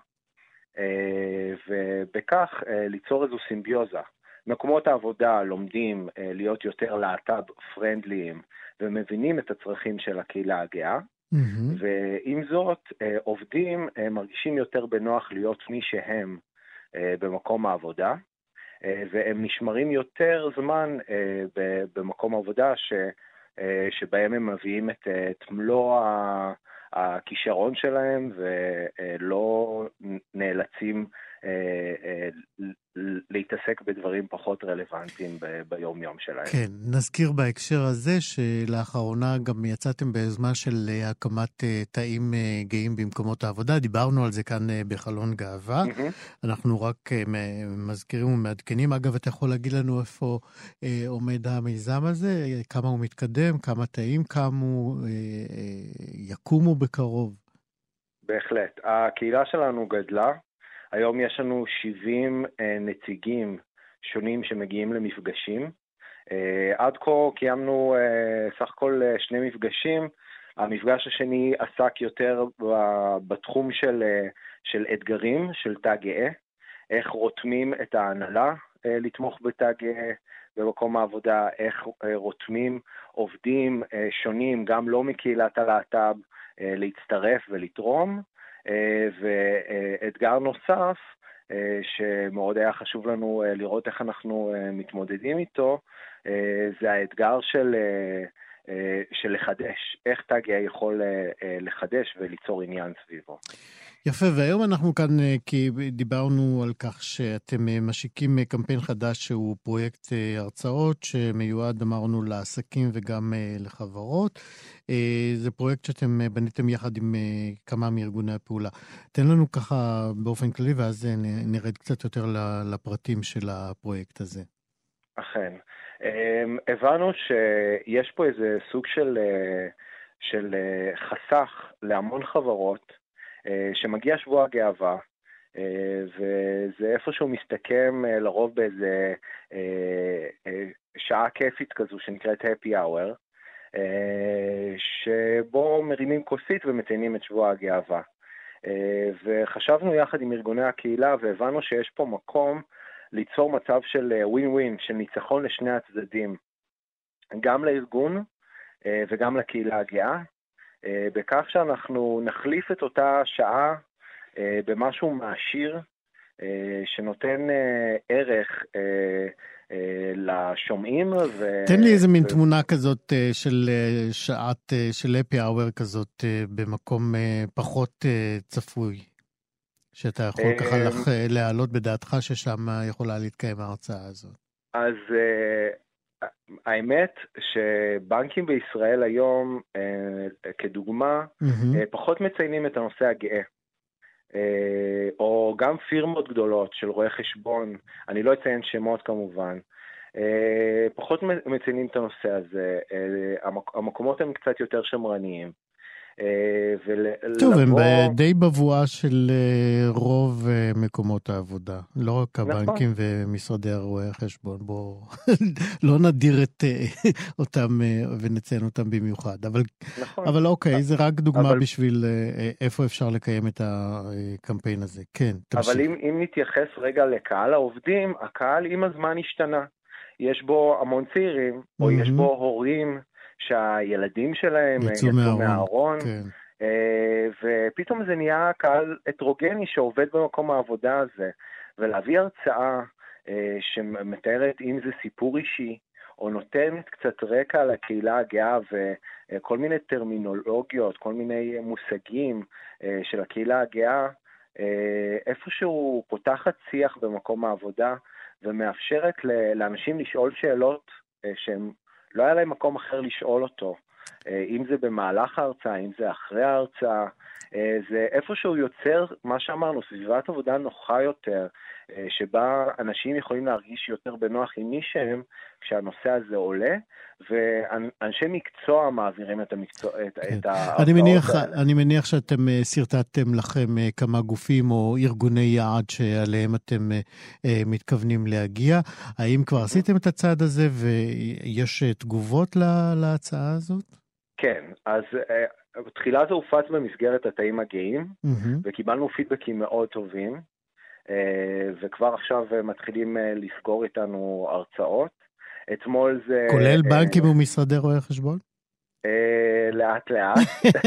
ובכך ליצור איזו סימביוזה. מקומות העבודה לומדים להיות יותר להט"ב פרנדליים ומבינים את הצרכים של הקהילה הגאה, mm-hmm. ועם זאת עובדים מרגישים יותר בנוח להיות מי שהם במקום העבודה, והם נשמרים יותר זמן במקום העבודה ש, שבהם הם מביאים את, את מלוא הכישרון שלהם ולא נאלצים להתעסק בדברים פחות רלוונטיים ביום יום שלהם. כן, נזכיר בהקשר הזה שלאחרונה גם יצאתם ביוזמה של הקמת תאים גאים במקומות העבודה, דיברנו על זה כאן בחלון גאווה, mm-hmm. אנחנו רק מזכירים ומעדכנים. אגב, אתה יכול להגיד לנו איפה עומד המיזם הזה, כמה הוא מתקדם, כמה תאים קמו, יקומו בקרוב? בהחלט, הקהילה שלנו גדלה, היום יש לנו שבעים נציגים שונים שמגיעים למפגשים. עד כה קיימנו סך הכל שני מפגשים. המפגש השני עסק יותר בתחום של, של אתגרים, של תא גאה, איך רותמים את ההנהלה לתמוך בתא גאה במקום העבודה, איך רותמים עובדים שונים, גם לא מקהילת הלהט"ב, להצטרף ולתרום. ואתגר נוסף שמאוד היה חשוב לנו לראות איך אנחנו מתמודדים איתו, זה האתגר של, של לחדש, איך תא גאה יכול לחדש וליצור עניין סביבו. יפה, והיום אנחנו כאן כי דיברנו על כך שאתם משיקים קמפיין חדש שהוא פרויקט הרצאות שמיועד, אמרנו, לעסקים וגם לחברות. זה פרויקט שאתם בניתם יחד עם כמה מארגוני הפעולה. תן לנו ככה באופן כללי ואז נרד קצת יותר לפרטים של הפרויקט הזה. אכן. הבנו שיש פה איזה סוג של, של חסך להמון חברות, שמגיע שבוע הגאווה, וזה איפשהו מסתכם לרוב באיזה שעה כיפית כזו שנקראת happy hour, שבו מרימים כוסית ומציינים את שבוע הגאווה. וחשבנו יחד עם ארגוני הקהילה והבנו שיש פה מקום ליצור מצב של ווין ווין, של ניצחון לשני הצדדים, גם לארגון וגם לקהילה הגאה, בכך שאנחנו נחליף את אותה שעה במשהו מעשיר, שנותן ערך לשומעים. תן לי איזה מין תמונה כזאת של שעת, של אפי אאוור כזאת, במקום פחות צפוי, שאתה יכול ככה להעלות בדעתך ששם יכולה להתקיים ההרצאה הזאת. אז האמת שבנקים בישראל היום, כדוגמה, פחות מציינים את הנושא הגאה. או גם פירמות גדולות של רואי חשבון, אני לא אציין שמות כמובן, פחות מציינים את הנושא הזה. המקומות הם קצת יותר שמרניים. טוב, הם די בבואה של רוב מקומות העבודה, לא רק הבנקים ומשרדי רואי החשבון. בואו לא נדיר אותם ונציין אותם במיוחד, אבל אוקיי, זה רק דוגמה בשביל איפה אפשר לקיים את הקמפיין הזה. כן, תמשיך. אבל אם נתייחס רגע לקהל העובדים, הקהל עם הזמן השתנה. יש בו המון צעירים, או יש בו הורים שהילדים שלהם יצאו מהארון, כן. ופתאום זה נהיה קהל הטרוגני שעובד במקום העבודה הזה, ולהביא הרצאה שמתארת אם זה סיפור אישי, או נותנת קצת רקע על הקהילה הגאה, וכל מיני טרמינולוגיות, כל מיני מושגים של הקהילה הגאה, איפשהו פותחת שיח במקום העבודה, ומאפשרת לאנשים לשאול שאלות שהם לא היה להם מקום אחר לשאול אותו, אם זה במהלך ההרצאה, אם זה אחרי ההרצאה, זה איפשהו יוצר, מה שאמרנו, סביבת עבודה נוחה יותר, שבה אנשים יכולים להרגיש יותר בנוח עם מי שהם, כשהנושא הזה עולה, ואנשי מקצוע מעבירים את המקצוע, את ההרצאות האלה. אני מניח שאתם סרטטתם לכם כמה גופים או ארגוני יעד שעליהם אתם מתכוונים להגיע. האם כבר עשיתם את הצעד הזה ויש תגובות להצעה הזאת? כן, אז בתחילה זה הופץ במסגרת התאים הגאים, וקיבלנו פידבקים מאוד טובים, וכבר עכשיו מתחילים לסגור איתנו הרצאות. אתמול זה... כולל בנקים ומשרדי רואי חשבון? לאט לאט.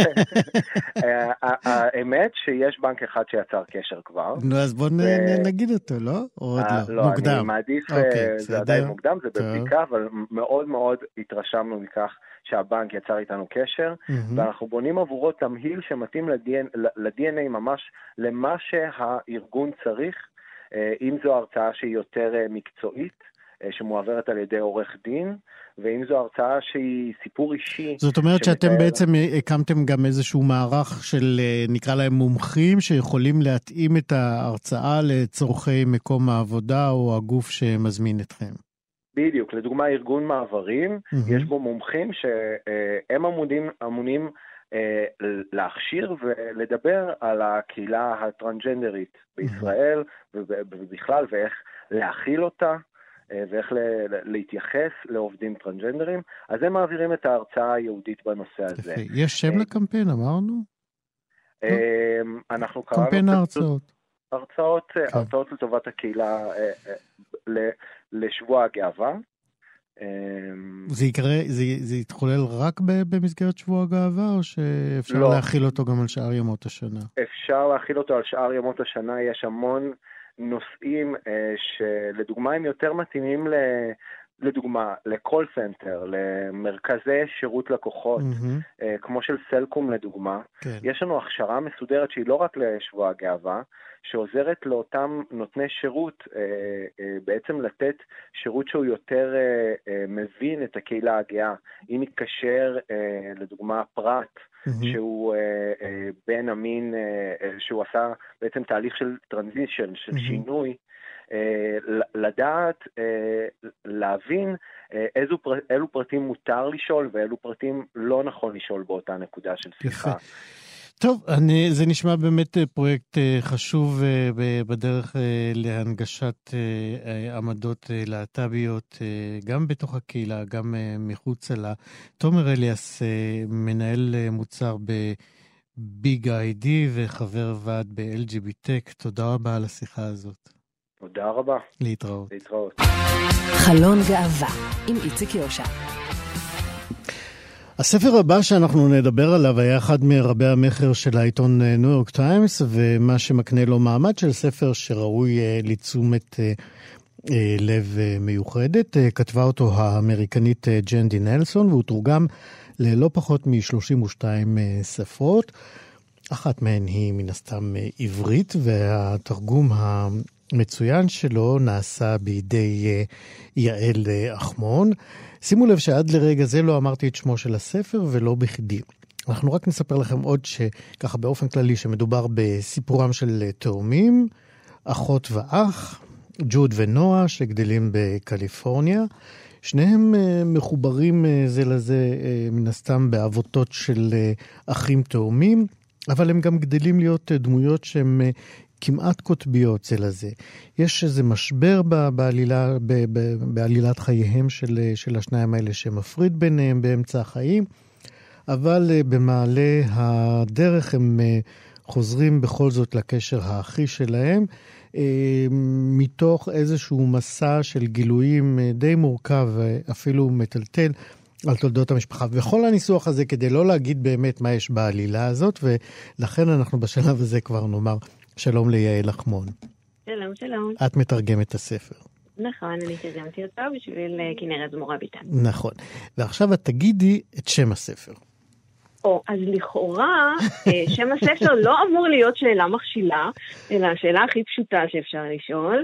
האמת שיש בנק אחד שיצר קשר כבר. נו, אז בוא נגיד אותו, לא? או עוד לא? לא, אני מעדיף, זה עדיין מוקדם, זה בבדיקה, אבל מאוד מאוד התרשמנו מכך שהבנק יצר איתנו קשר, ואנחנו בונים עבורו תמהיל שמתאים ל-די אן איי ממש למה שהארגון צריך, אם זו הרצאה שהיא יותר מקצועית, שמועברת על ידי עורך דין, ואם זו הרצאה שהיא סיפור אישי. זאת אומרת שאתם בעצם הקמתם גם איזשהו מערך של, נקרא להם מומחים, שיכולים להתאים את ההרצאה לצורכי מקום העבודה, או הגוף שמזמין אתכם. בדיוק, לדוגמה ארגון מעברים, יש בו מומחים שהם אמונים, אמונים להכשיר ולדבר על הקהילה הטרנסג'נדרית בישראל, ובכלל, ואיך להכיל אותה, ואיך להתייחס לעובדים טרנסג'נדרים, אז הם מעבירים את ההרצאה היהודית בנושא הזה. יש שם לקמפיין, אמרנו? אנחנו קראנו... קמפיין ההרצאות. הרצאות, הרצאות לטובת הקהילה לשבוע הגאווה. זה יקרה, זה יתחולל רק במסגרת שבוע הגאווה, או שאפשר להכיל אותו גם על שאר ימות השנה? אפשר להכיל אותו על שאר ימות השנה, יש המון נושאים שלדוגמה הם יותר מתאימים ל... לדוגמה, לקול סנטר, למרכזי שירות לקוחות, mm-hmm. כמו של סלקום לדוגמה. כן. יש לנו הכשרה מסודרת שהיא לא רק לשבוע הגאווה, שעוזרת לאותם נותני שירות בעצם לתת שירות שהוא יותר מבין את הקהילה הגאה. אם מתקשר לדוגמה פרט, mm-hmm. שהוא בן המין, שהוא עשה בעצם תהליך של טרנזישן, של mm-hmm. שינוי, לדעת, להבין איזו, אילו פרטים מותר לשאול ואילו פרטים לא נכון לשאול באותה נקודה של שיחה. טוב, אני, זה נשמע באמת פרויקט חשוב בדרך להנגשת עמדות להט"ביות, גם בתוך הקהילה, גם מחוצה לה. תומר אליאס, מנהל מוצר ב... ביג איי די וחבר ועד ב-אל ג'י בי טק. תודה רבה על השיחה הזאת. תודה רבה. להתראות. להתראות. חלון גאווה עם איציק יושע. הספר הבא שאנחנו נדבר עליו היה אחד מרבי המחר של העיתון ניו יורק טיימס, ומה שמקנה לו מעמד של ספר שראוי לתשומת לב מיוחדת. כתבה אותו האמריקנית ג'נדי נלסון, והוא תורגם ללא פחות מ-שלושים ושתיים ספרות. אחת מהן היא מן הסתם עברית, והתרגום המצוין שלו נעשה בידי יעל אחמון. שימו לב שעד לרגע זה לא אמרתי את שמו של הספר ולא בכדי. אנחנו רק נספר לכם עוד שככה באופן כללי שמדובר בסיפורם של תאומים, אחות ואח, ג'וד ונועה שגדלים בקליפורניה. שניהם מחוברים זה לזה מן הסתם באבותות של אחים תאומים, אבל הם גם גדלים להיות דמויות שהן כמעט קוטביות זה לזה. יש איזה משבר בעלילה, בעלילת חייהם של, של השניים האלה שמפריד ביניהם באמצע החיים, אבל במעלה הדרך הם חוזרים בכל זאת לקשר האחי שלהם, מתוך איזשהו מסע של גילויים די מורכב, אפילו מטלטל, על תולדות המשפחה. וכל הניסוח הזה כדי לא להגיד באמת מה יש בעלילה הזאת, ולכן אנחנו בשלב הזה כבר נאמר שלום ליעל אחמון. שלום, שלום. את מתרגמת את הספר. נכון, אני תרגמתי אותו בשביל כנרת זמורה ביטן. נכון. ועכשיו את תגידי את שם הספר. או, אז לכאורה, שם הספר לא אמור להיות שאלה מכשילה, אלא השאלה הכי פשוטה שאפשר לשאול.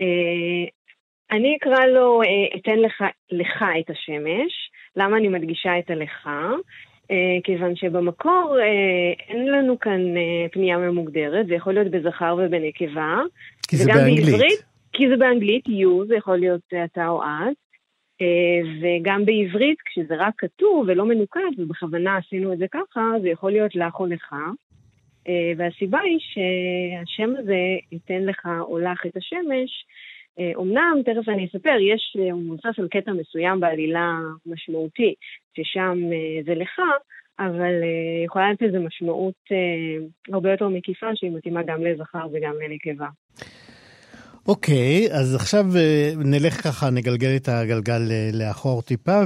אני אקרא לו, אתן לך, לך את השמש. למה אני מדגישה את הלך? כיוון שבמקור אין לנו כאן פנייה ממוגדרת, זה יכול להיות בזכר ובנקבה. כי זה באנגלית. בעברית, כי זה באנגלית, you, זה יכול להיות אתה או את. וגם בעברית, כשזה רק כתוב ולא מנוקד, ובכוונה עשינו את זה ככה, זה יכול להיות לך או לך. והסיבה היא שהשם הזה ייתן לך או לך את השמש. אמנם, תכף אני אספר, יש, הוא מבוסס על קטע מסוים בעלילה משמעותי, ששם זה לך, אבל יכולה לתת איזו משמעות הרבה יותר מקיפה, שהיא מתאימה גם לזכר וגם לנקבה. אוקיי, אז עכשיו נלך ככה, נגלגל את הגלגל לאחור טיפה,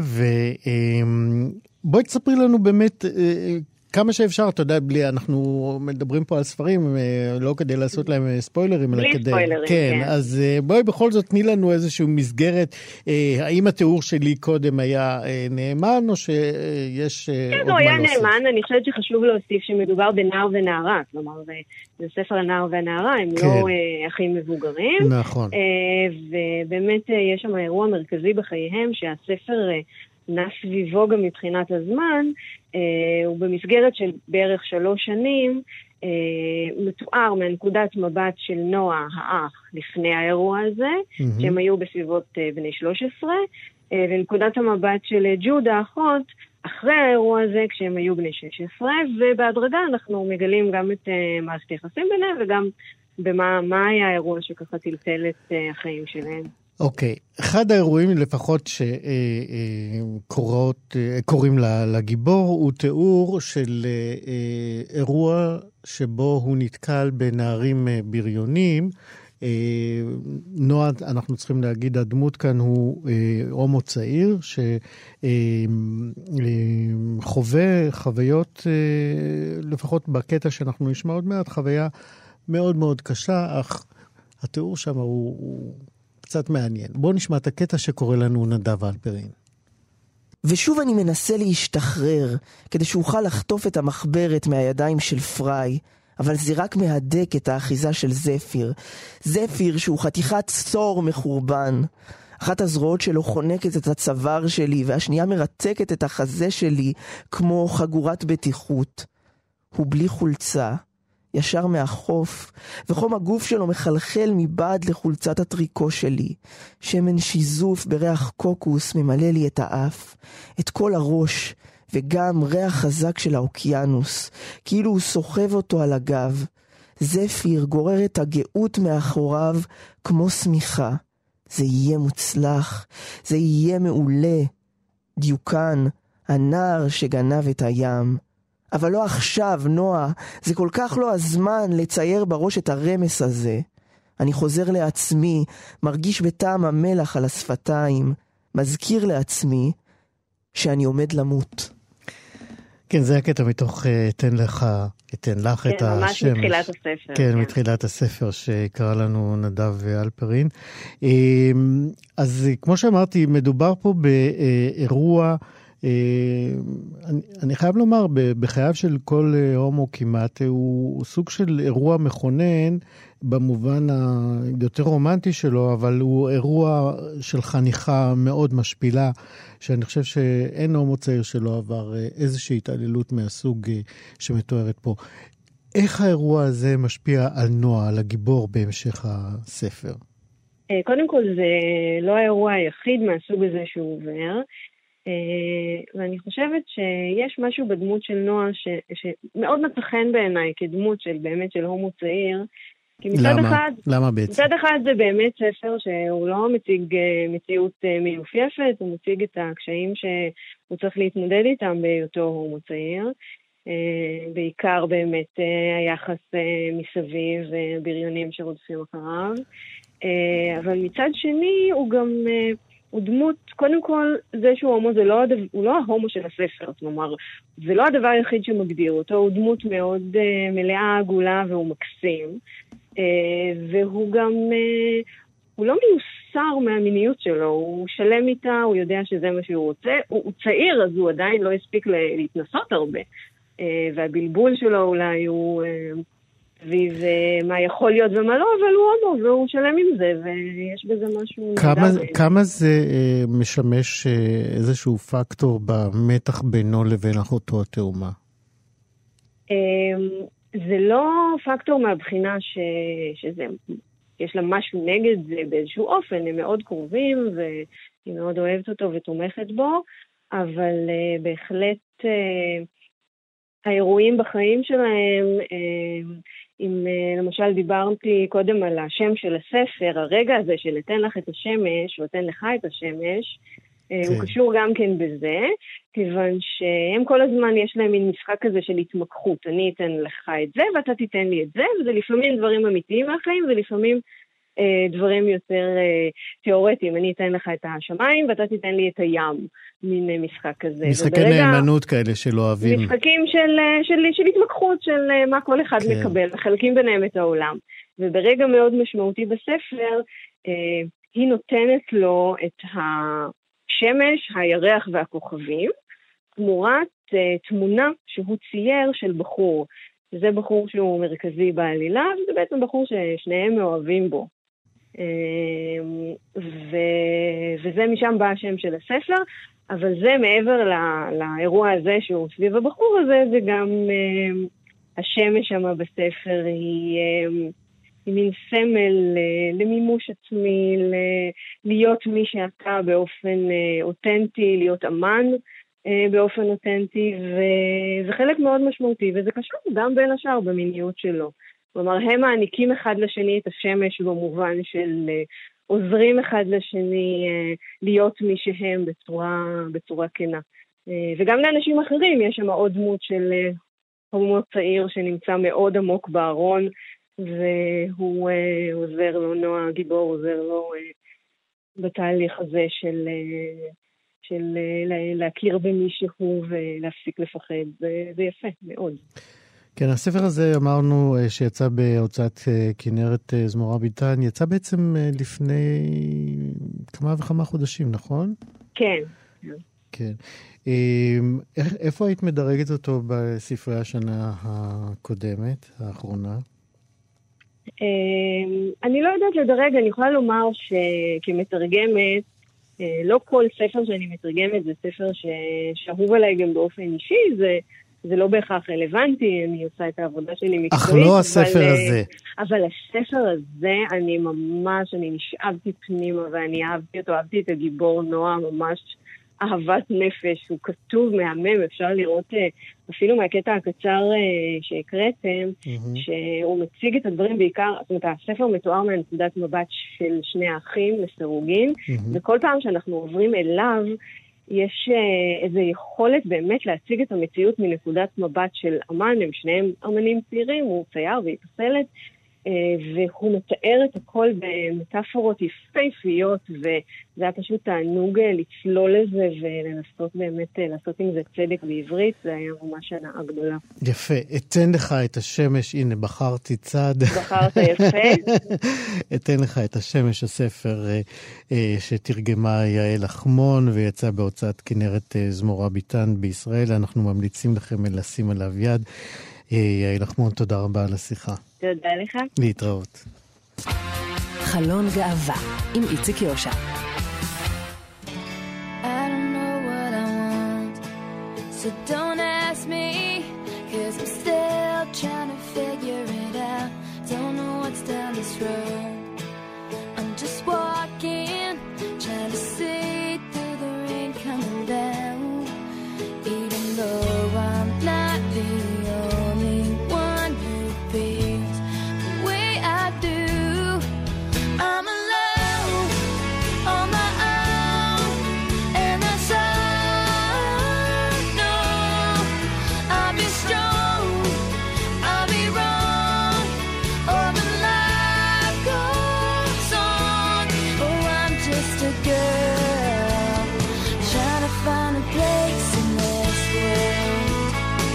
ובואי תספרי לנו באמת כמה שאפשר, אתה יודע, בלי, אנחנו מדברים פה על ספרים, לא כדי לעשות להם ספוילרים, אלא כדי... בלי ספוילרים, כן. כן. אז בואי בכל זאת תני לנו איזושהי מסגרת, האם התיאור שלי קודם היה נאמן, או שיש כן, עוד הוא מה היה להוסיף? נאמן, אני חושבת שחשוב להוסיף שמדובר בנער ונערה, כלומר, זה, זה ספר הנער והנערה, הם כן. לא אה, אחים מבוגרים. נכון. אה, ובאמת אה, יש שם אירוע מרכזי בחייהם, שהספר... אה, נע סביבו גם מבחינת הזמן, אה, ובמסגרת של בערך שלוש שנים, אה, מתואר מנקודת מבט של נועה, האח, לפני האירוע הזה, mm-hmm. שהם היו בסביבות אה, בני שלוש עשרה, אה, ונקודת המבט של ג'וד, האחות, אחרי האירוע הזה, כשהם היו בני שש עשרה, ובהדרגה אנחנו מגלים גם את אה, מערכת היחסים ביניהם, וגם במה מה היה האירוע שככה טלטל את אה, החיים שלהם. אוקיי, אחד האירועים לפחות שקוראים לגיבור הוא תיאור של אירוע שבו הוא נתקל בנערים בריונים. נועה, אנחנו צריכים להגיד, הדמות כאן הוא הומו צעיר שחווה חוויות, לפחות בקטע שאנחנו נשמע עוד מעט, חוויה מאוד מאוד קשה, אך התיאור שם הוא... הוא קצת מעניין. בואו נשמע את הקטע שקורא לנו נדב אלפרין. ושוב אני מנסה להשתחרר, כדי שאוכל לחטוף את המחברת מהידיים של פריי, אבל זה רק מהדק את האחיזה של זפיר. זפיר שהוא חתיכת צור מחורבן. אחת הזרועות שלו חונקת את הצוואר שלי, והשנייה מרתקת את החזה שלי כמו חגורת בטיחות. הוא בלי חולצה. ישר מהחוף, וחום הגוף שלו מחלחל מבעד לחולצת הטריקו שלי. שמן שיזוף בריח קוקוס ממלא לי את האף, את כל הראש, וגם ריח חזק של האוקיינוס, כאילו הוא סוחב אותו על הגב. זפיר גורר את הגאות מאחוריו כמו סמיכה. זה יהיה מוצלח, זה יהיה מעולה. דיוקן, הנער שגנב את הים. אבל לא עכשיו, נועה. זה כל כך לא הזמן לצייר בראש את הרמס הזה. אני חוזר לעצמי, מרגיש בטעם המלח על השפתיים, מזכיר לעצמי שאני עומד למות. כן, זה הקטע מתוך אתן לך, אתן לך כן, את השמש. ממש מתחילת הספר. כן, כן, מתחילת הספר שקרא לנו נדב אלפרין. אז כמו שאמרתי, מדובר פה באירוע, אני, אני חייב לומר, בחייו של כל הומו כמעט, הוא סוג של אירוע מכונן, במובן היותר רומנטי שלו, אבל הוא אירוע של חניכה מאוד משפילה, שאני חושב שאין הומו צעיר שלא עבר איזושהי התעללות מהסוג שמתוארת פה. איך האירוע הזה משפיע על נועה, על הגיבור בהמשך הספר? קודם כל, זה לא האירוע היחיד מהסוג הזה שהוא עובר, ואני חושבת שיש משהו בדמות של נועה שמאוד מצא חן בעיניי כדמות של באמת של הומו צעיר, כי מצד למה? אחד, למה בעצם? מצד אחד זה באמת ספר שהוא לא מציג מציאות מיופייפת, הוא מציג את הקשיים שהוא צריך להתמודד איתם בהיותו הומו צעיר, בעיקר באמת היחס מסביב ובריונים שרודפים אחריו, אבל מצד שני הוא גם, הוא דמות, קודם כל זה שהוא הומו זה לא, הוא לא ההומו של הספר, כלומר, זה לא הדבר היחיד שמגדיר אותו, הוא דמות מאוד מלאה, עגולה והוא מקסים, והוא גם, הוא לא מיוסר מהמיניות שלו, הוא שלם איתה, הוא יודע שזה מה שהוא רוצה, הוא, הוא צעיר אז הוא עדיין לא הספיק להתנסות הרבה, והבלבול שלו אולי הוא סביב מה יכול להיות ומה לא, אבל הוא הומו והוא שלם עם זה, ויש בזה משהו כמה, נדע. כמה זה משמש איזשהו פקטור במתח בינו לבין אחותו התאומה? זה לא פקטור מהבחינה ש... שזה, יש לה משהו נגד זה באיזשהו אופן, הם מאוד קרובים והיא מאוד אוהבת אותו ותומכת בו, אבל uh, בהחלט uh, האירועים בחיים שלהם, uh, אם uh, למשל דיברתי קודם על השם של הספר, הרגע הזה של אתן לך את השמש, או אתן לך את השמש, הוא קשור גם כן בזה, כיוון שהם כל הזמן יש להם מין משחק כזה של התמקחות, אני אתן לך את זה ואתה תיתן לי את זה, וזה לפעמים דברים אמיתיים מהחיים, ולפעמים אה, דברים יותר אה, תיאורטיים, אני אתן לך את השמיים ואתה תיתן לי את הים, מין משחק כזה. משחקי וברגע, נאמנות כאלה שלא אוהבים. משחקים של, של, של התמקחות, של מה כל אחד כן. מקבל, מחלקים ביניהם את העולם. וברגע מאוד משמעותי בספר, אה, היא נותנת לו את ה... שמש, הירח והכוכבים, תמורת uh, תמונה שהוא צייר של בחור. זה בחור שהוא מרכזי בעלילה, וזה בעצם בחור ששניהם מאוהבים בו. Uh, ו... וזה משם בא השם של הספר, אבל זה מעבר לא... לאירוע הזה שהוא סביב הבחור הזה, זה גם uh, השמש שם בספר היא... Uh, היא מין סמל למימוש עצמי, להיות מי שאתה באופן אותנטי, להיות אמן באופן אותנטי, וזה חלק מאוד משמעותי, וזה קשור גם בין השאר במיניות שלו. כלומר, הם מעניקים אחד לשני את השמש במובן של עוזרים אחד לשני להיות מי שהם בצורה, בצורה כנה. וגם לאנשים אחרים יש שם עוד דמות של הומו צעיר שנמצא מאוד עמוק בארון, והוא uh, עוזר לו, נועה הגיבור עוזר לו uh, בתהליך הזה של, uh, של uh, להכיר במישהו ולהפסיק לפחד. זה, זה יפה מאוד. כן, הספר הזה אמרנו uh, שיצא בהוצאת uh, כנרת uh, זמורה ביטן, יצא בעצם uh, לפני כמה וכמה חודשים, נכון? כן. כן. Uh, איפה היית מדרגת אותו בספרי השנה הקודמת, האחרונה? אני לא יודעת לדרג, אני יכולה לומר שכמתרגמת, לא כל ספר שאני מתרגמת זה ספר שאהוב עליי גם באופן אישי, זה, זה לא בהכרח רלוונטי, אני עושה את העבודה שלי מקצועית. אך לא הספר אבל, הזה. אבל הספר הזה, אני ממש, אני נשאבתי פנימה ואני אהבתי אותו, אהבתי את הגיבור נועה ממש אהבת נפש, הוא כתוב מהמם, אפשר לראות אפילו מהקטע הקצר שהקראתם, mm-hmm. שהוא מציג את הדברים בעיקר, זאת אומרת, הספר מתואר מהנקודת מבט של שני האחים לסירוגין, mm-hmm. וכל פעם שאנחנו עוברים אליו, יש אה, איזו יכולת באמת להציג את המציאות מנקודת מבט של אמן, הם שניהם אמנים צעירים, הוא צייר והיא פסלת, והוא מתאר את הכל במטאפורות יפהפיות, וזה היה פשוט תענוג לצלול לזה ולנסות באמת לעשות עם זה צדק בעברית, זה היה ממש הנאה גדולה. יפה, אתן לך את השמש, הנה בחרתי צד. בחרת יפה. אתן לך את השמש, הספר שתרגמה יעל אחמון ויצא בהוצאת כנרת זמורה ביטן בישראל, אנחנו ממליצים לכם לשים עליו יד. יעל אחמון, תודה רבה על השיחה. תודה לך. להתראות. חלון גאווה עם איציק יושע. I don't know what I want, so don't ask me, cause I'm still trying to figure it out. Don't know what's down this road. I'm just walking, trying to see through the rain coming down. Even though I'm not the only one who feels the way I do, I'm alone on my own, and that's all. No, I'll be strong, I'll be wrong, or the life goes on. Oh, I'm just a girl trying to find a place in this world.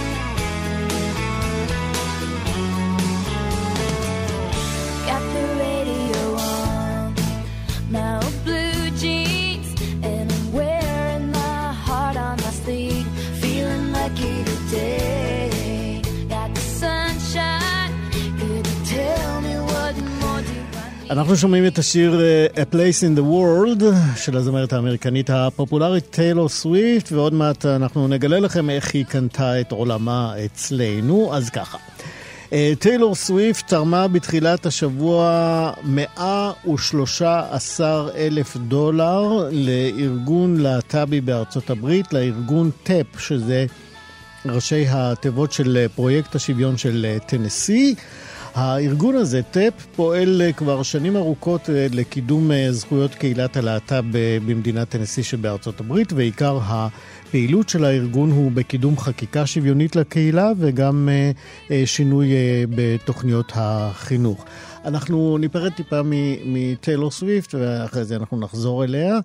Got the radio on, my old blue jeans, and I'm wearing my heart on my sleeve, feeling lucky today. Got the sunshine, could you tell me what more do I need? אנחנו שומעים את השיר A Place in the World של הזמרת האמריקנית הפופולרית טיילור סוויפט, ועוד מעט אנחנו נגלה לכם איך היא קנתה את עולמה אצלנו. אז ככה, טיילור סוויפט תרמה בתחילת השבוע מאה ושלושה עשר אלף דולר לארגון להט"בי בארצות הברית, לארגון טאפ, שזה ראשי התיבות של פרויקט השוויון של טנסי. הארגון הזה, טאפ, פועל כבר שנים ארוכות לקידום זכויות קהילת הלהט"ב במדינת טנסי שבארצות הברית, ועיקר הפעילות של הארגון הוא בקידום חקיקה שוויונית לקהילה וגם שינוי בתוכניות החינוך. אנחנו ניפרד טיפה מטיילור סוויפט ואחרי זה אנחנו נחזור אליה.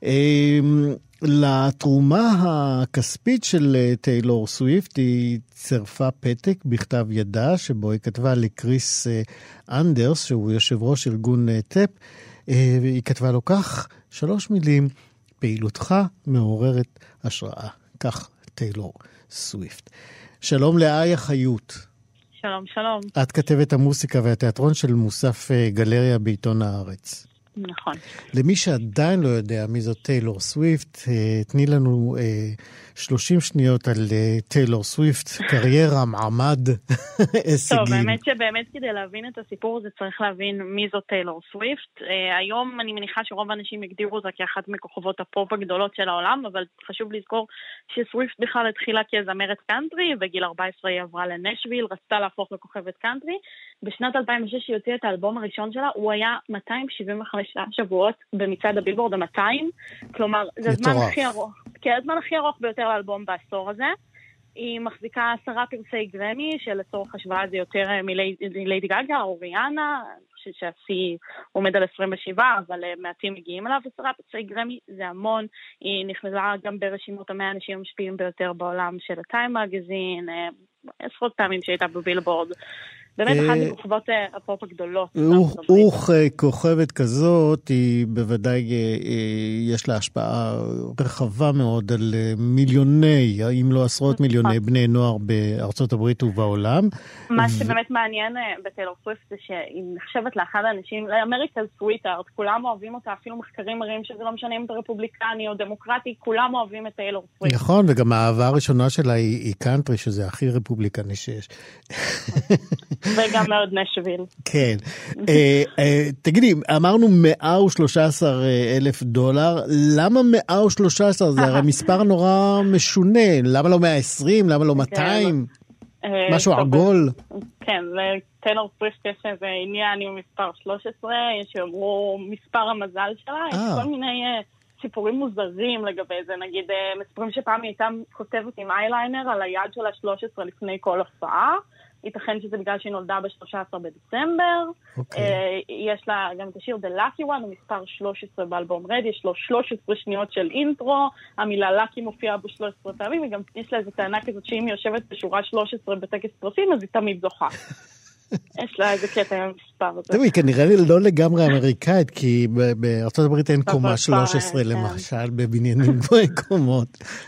לתרומה הכספית של טיילור סוויפט היא צירפה פתק בכתב ידה שבו היא כתבה לקריס אנדרס, שהוא יושב ראש ארגון טאפ, והיא כתבה לו כך, שלוש מילים: פעילותך מעוררת השראה. כך טיילור סוויפט. שלום לאיה חיות. שלום, שלום. את כתבת המוסיקה והתיאטרון של מוסף גלריה בעיתון הארץ. נכון. למי שעדיין לא יודע מי זאת טיילור סוויפט, תני לנו שלושים שניות על טיילור סוויפט, קריירה, מעמד, הישגים. טוב, באמת שבאמת כדי להבין את הסיפור הזה צריך להבין מי זאת טיילור סוויפט. היום אני מניחה שרוב האנשים הגדירו אותה כאחת מכוכבות הפופ הגדולות של העולם, אבל חשוב לזכור שסוויפט בכלל התחילה כזמרת קאנטרי, בגיל ארבע עשרה היא עברה לנשוויל, רצתה להפוך לכוכבת קאנטרי. בשנת אלפיים ושש היא הוציאה את האלבום הראשון שלה, הוא היה מאתיים שבעים וחמש שבועות במצעד הבילבורד ה-מאתיים, כלומר זה הזמן הכי ארוך, כן, הזמן הכי ארוך ביותר לאלבום בעשור הזה. היא מחזיקה עשרה פרסי גרמי, שלצורך השוואה זה יותר מליידי גאגה או ריאנה, שהשיא עומד על עשרים ושבע, אבל מעטים מגיעים אליו. עשרה פרסי גרמי זה המון. היא נכנסה גם ברשימות המאה האנשים המשפיעים ביותר בעולם של הטיים מגזין, עשרות פעמים שהייתה בבילבורד. באמת אחת מכוכבות הפופ הגדולות. וכוכבת כזאת, היא בוודאי יש לה השפעה רחבה מאוד על מיליוני, אם לא עשרות מיליוני בני נוער בארצות הברית ובעולם. מה שבאמת מעניין בטיילור סוויפט זה שהיא נחשבת לאחד האנשים, לאמריקל סוויטארט, כולם אוהבים אותה, אפילו מחקרים מראים שזה לא משנה אם אתה רפובליקני או דמוקרטי, כולם אוהבים את טיילור סוויפט. נכון, וגם האהבה הראשונה שלה היא קאנטרי, שזה הכי רפובליקני שיש. וגם מאוד נשוויל. כן. תגידי, אמרנו מאה ושלושה עשר אלף דולר, למה מאה ושלושה עשר? זה הרי מספר נורא משונה. למה לא מאה ועשרים? למה לא מאתיים? משהו עגול? כן, לטיילור סוויפט יש איזה עניין עם מספר שלוש עשרה, יש שאומרו מספר המזל שלה, יש כל מיני סיפורים מוזרים לגבי זה, נגיד, מספרים שפעם היא הייתה כותבת עם אייליינר על היד שלה שלוש עשרה לפני כל הופעה, ייתכן שזה בגלל שהיא נולדה ב-שלושה עשר בדצמבר, okay. יש לה גם את השיר The Lucky One, הוא מספר שלוש עשרה באלבום רד, יש לו שלוש עשרה שניות של אינטרו, המילה Lucky מופיעה בו שלוש עשרה פעמים, וגם יש לה איזו טענה כזאת שאם היא יושבת בשורה שלוש עשרה בטקס פרסים, אז היא תמיד זוכה. יש לה איזה קטע עם המספר הזה. היא כנראה לא לגמרי אמריקאית, כי בארצות הברית אין קומה שלוש עשרה למשל, בבניינים גבוהי קומות.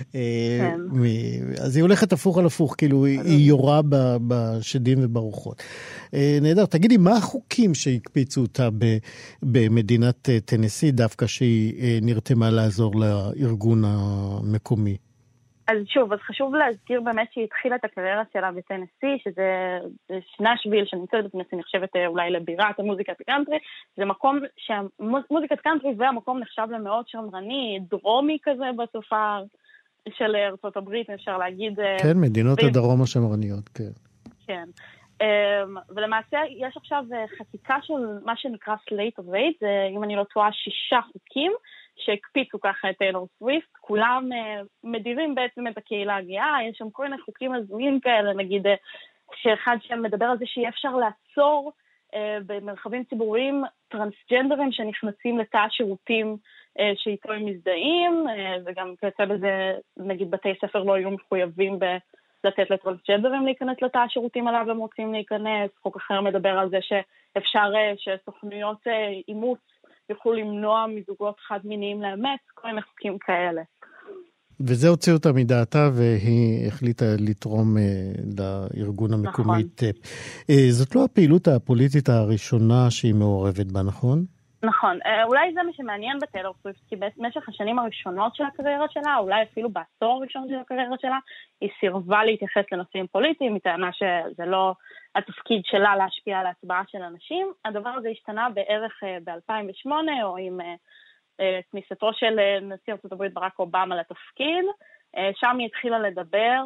אז היא הולכת הפוך על הפוך, כאילו היא יורה בשדים וברוחות. נהדר, תגידי, מה החוקים שהקפיצו אותה במדינת טנסי, דווקא שהיא נרתמה לעזור לארגון המקומי? אז שוב, אז חשוב להזכיר באמת שהיא התחילה את הקריירה שלה בטנסי, שזה נשוויל שנמצאת בטנסי, נחשבת אולי לבירת המוזיקת קאנטרי, זה מקום שהמוזיקת קאנטרי והמקום נחשב למאוד שמרני, דרומי כזה בשפה של ארצות הברית, אפשר להגיד. כן, מדינות ו... הדרום השמרניות, כן. כן. ולמעשה יש עכשיו חקיקה של מה שנקרא Slate of Eight, אם אני לא טועה שישה חוקים, שהקפיצו ככה את טיילור סוויפט, כולם מדירים בעצם את הקהילה הגאה, יש שם כל מיני חוקים הזויים כאלה, נגיד שאחד שמדבר על זה שיהיה אפשר לעצור במרחבים ציבוריים טרנסג'נדרים שנכנסים לתא השירותים שאיתו הם מזדהים, וגם כיוצא בזה, נגיד בתי ספר לא היו מחויבים ב... לתת לטרנסג'נדרים להיכנס לתא השירותים עליו הם רוצים להיכנס, חוק אחר מדבר על זה שאפשר שסוכנויות אימוץ יוכלו למנוע מזוגות חד מיניים לאמץ, כל מיני חוקים כאלה. וזה הוציא אותה מדעתה, והיא החליטה לתרום לארגון המקומי טאפ. זאת לא הפעילות הפוליטית הראשונה שהיא מעורבת בה, נכון? נכון. אולי זה מה שמעניין בטיילור סוויפט, כי במשך השנים הראשונות של הקריירה שלה, אולי אפילו בעשור הראשון של הקריירה שלה, היא סירבה להתייחס לנושאים פוליטיים, היא טענה שזה לא התפקיד שלה להשפיע על ההצבעה של אנשים. הדבר הזה השתנה בערך ב-אלפיים ושמונה, או עם כניסתו של נשיא ארצות הברית ברק אובמה לתפקיד. שם היא התחילה לדבר,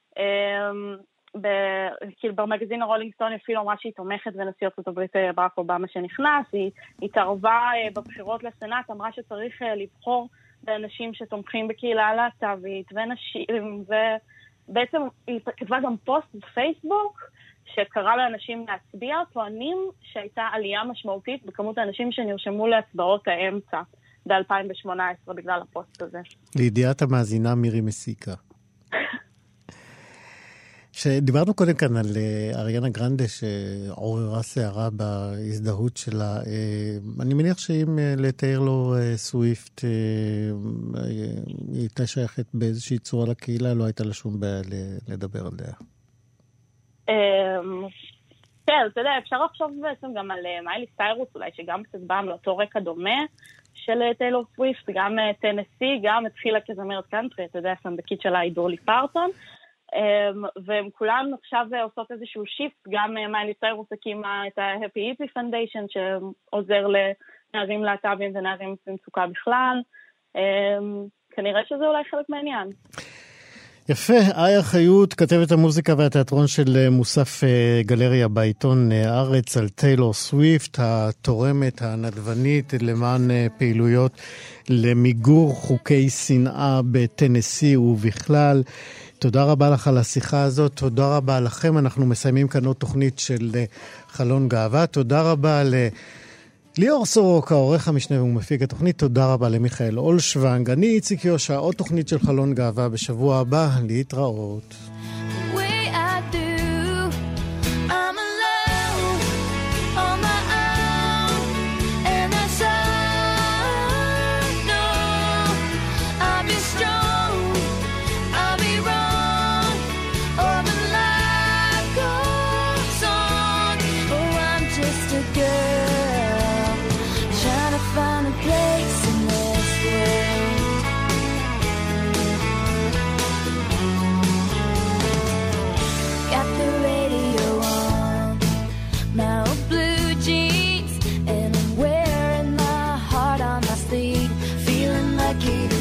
כאילו במגזין הרולינג סטון אפילו אמרה שהיא תומכת בנשיא ארצות הברית ברק אובמה שנכנס, היא התערבה בבחירות לסנאט, אמרה שצריך לבחור באנשים שתומכים בקהילה הלהט"בית ונשים, ובעצם היא כתבה גם פוסט בפייסבוק שקרא לאנשים להצביע, טוענים שהייתה עלייה משמעותית בכמות האנשים שנרשמו להצבעות האמצע ב-אלפיים ושמונה עשרה בגלל הפוסט הזה. לידיעת המאזינה מירי מסיקה. שדיברנו קודם כאן על אריאנה גרנדה שעוררה שערה בהזדהות שלה. אני מניח שאם לטיילור סוויפט היא הייתה שייכת באיזושהי צורה לקהילה, לא הייתה לה שום בעיה לדבר עליה. כן, אתה יודע, אפשר לחשוב בעצם גם על מיילי סיירוס, אולי שגם קצת באה מאותו רקע דומה של טיילור סוויפט, גם טנסי, גם התחילה כזמרת קאנטרי, אתה יודע, סנדקית שלה היא דורלי פרטון, והם כולם עכשיו עושות איזשהו שיפט, גם מיילי סיירוס הקימה את ה-Happy Hippie Foundation שעוזר לנערים להט"בים ונערים במצוקה בכלל, כנראה שזה אולי חלק מעניין. יפה, איה חיות, כתבת המוזיקה והתיאטרון של מוסף גלריה בעיתון הארץ על טיילור סוויפט, התורמת הנדבנית למען פעילויות למיגור חוקי שנאה בטנסי ובכלל. תודה רבה לך על השיחה הזאת, תודה רבה לכם, אנחנו מסיימים כאן עוד תוכנית של חלון גאווה, תודה רבה ל... ליאור סורוק, העורך המשנה ומפיק התוכנית, תודה רבה למיכאל אולשוונג, אני איציק יושע, עוד תוכנית של חלון גאווה בשבוע הבא, להתראות. Keep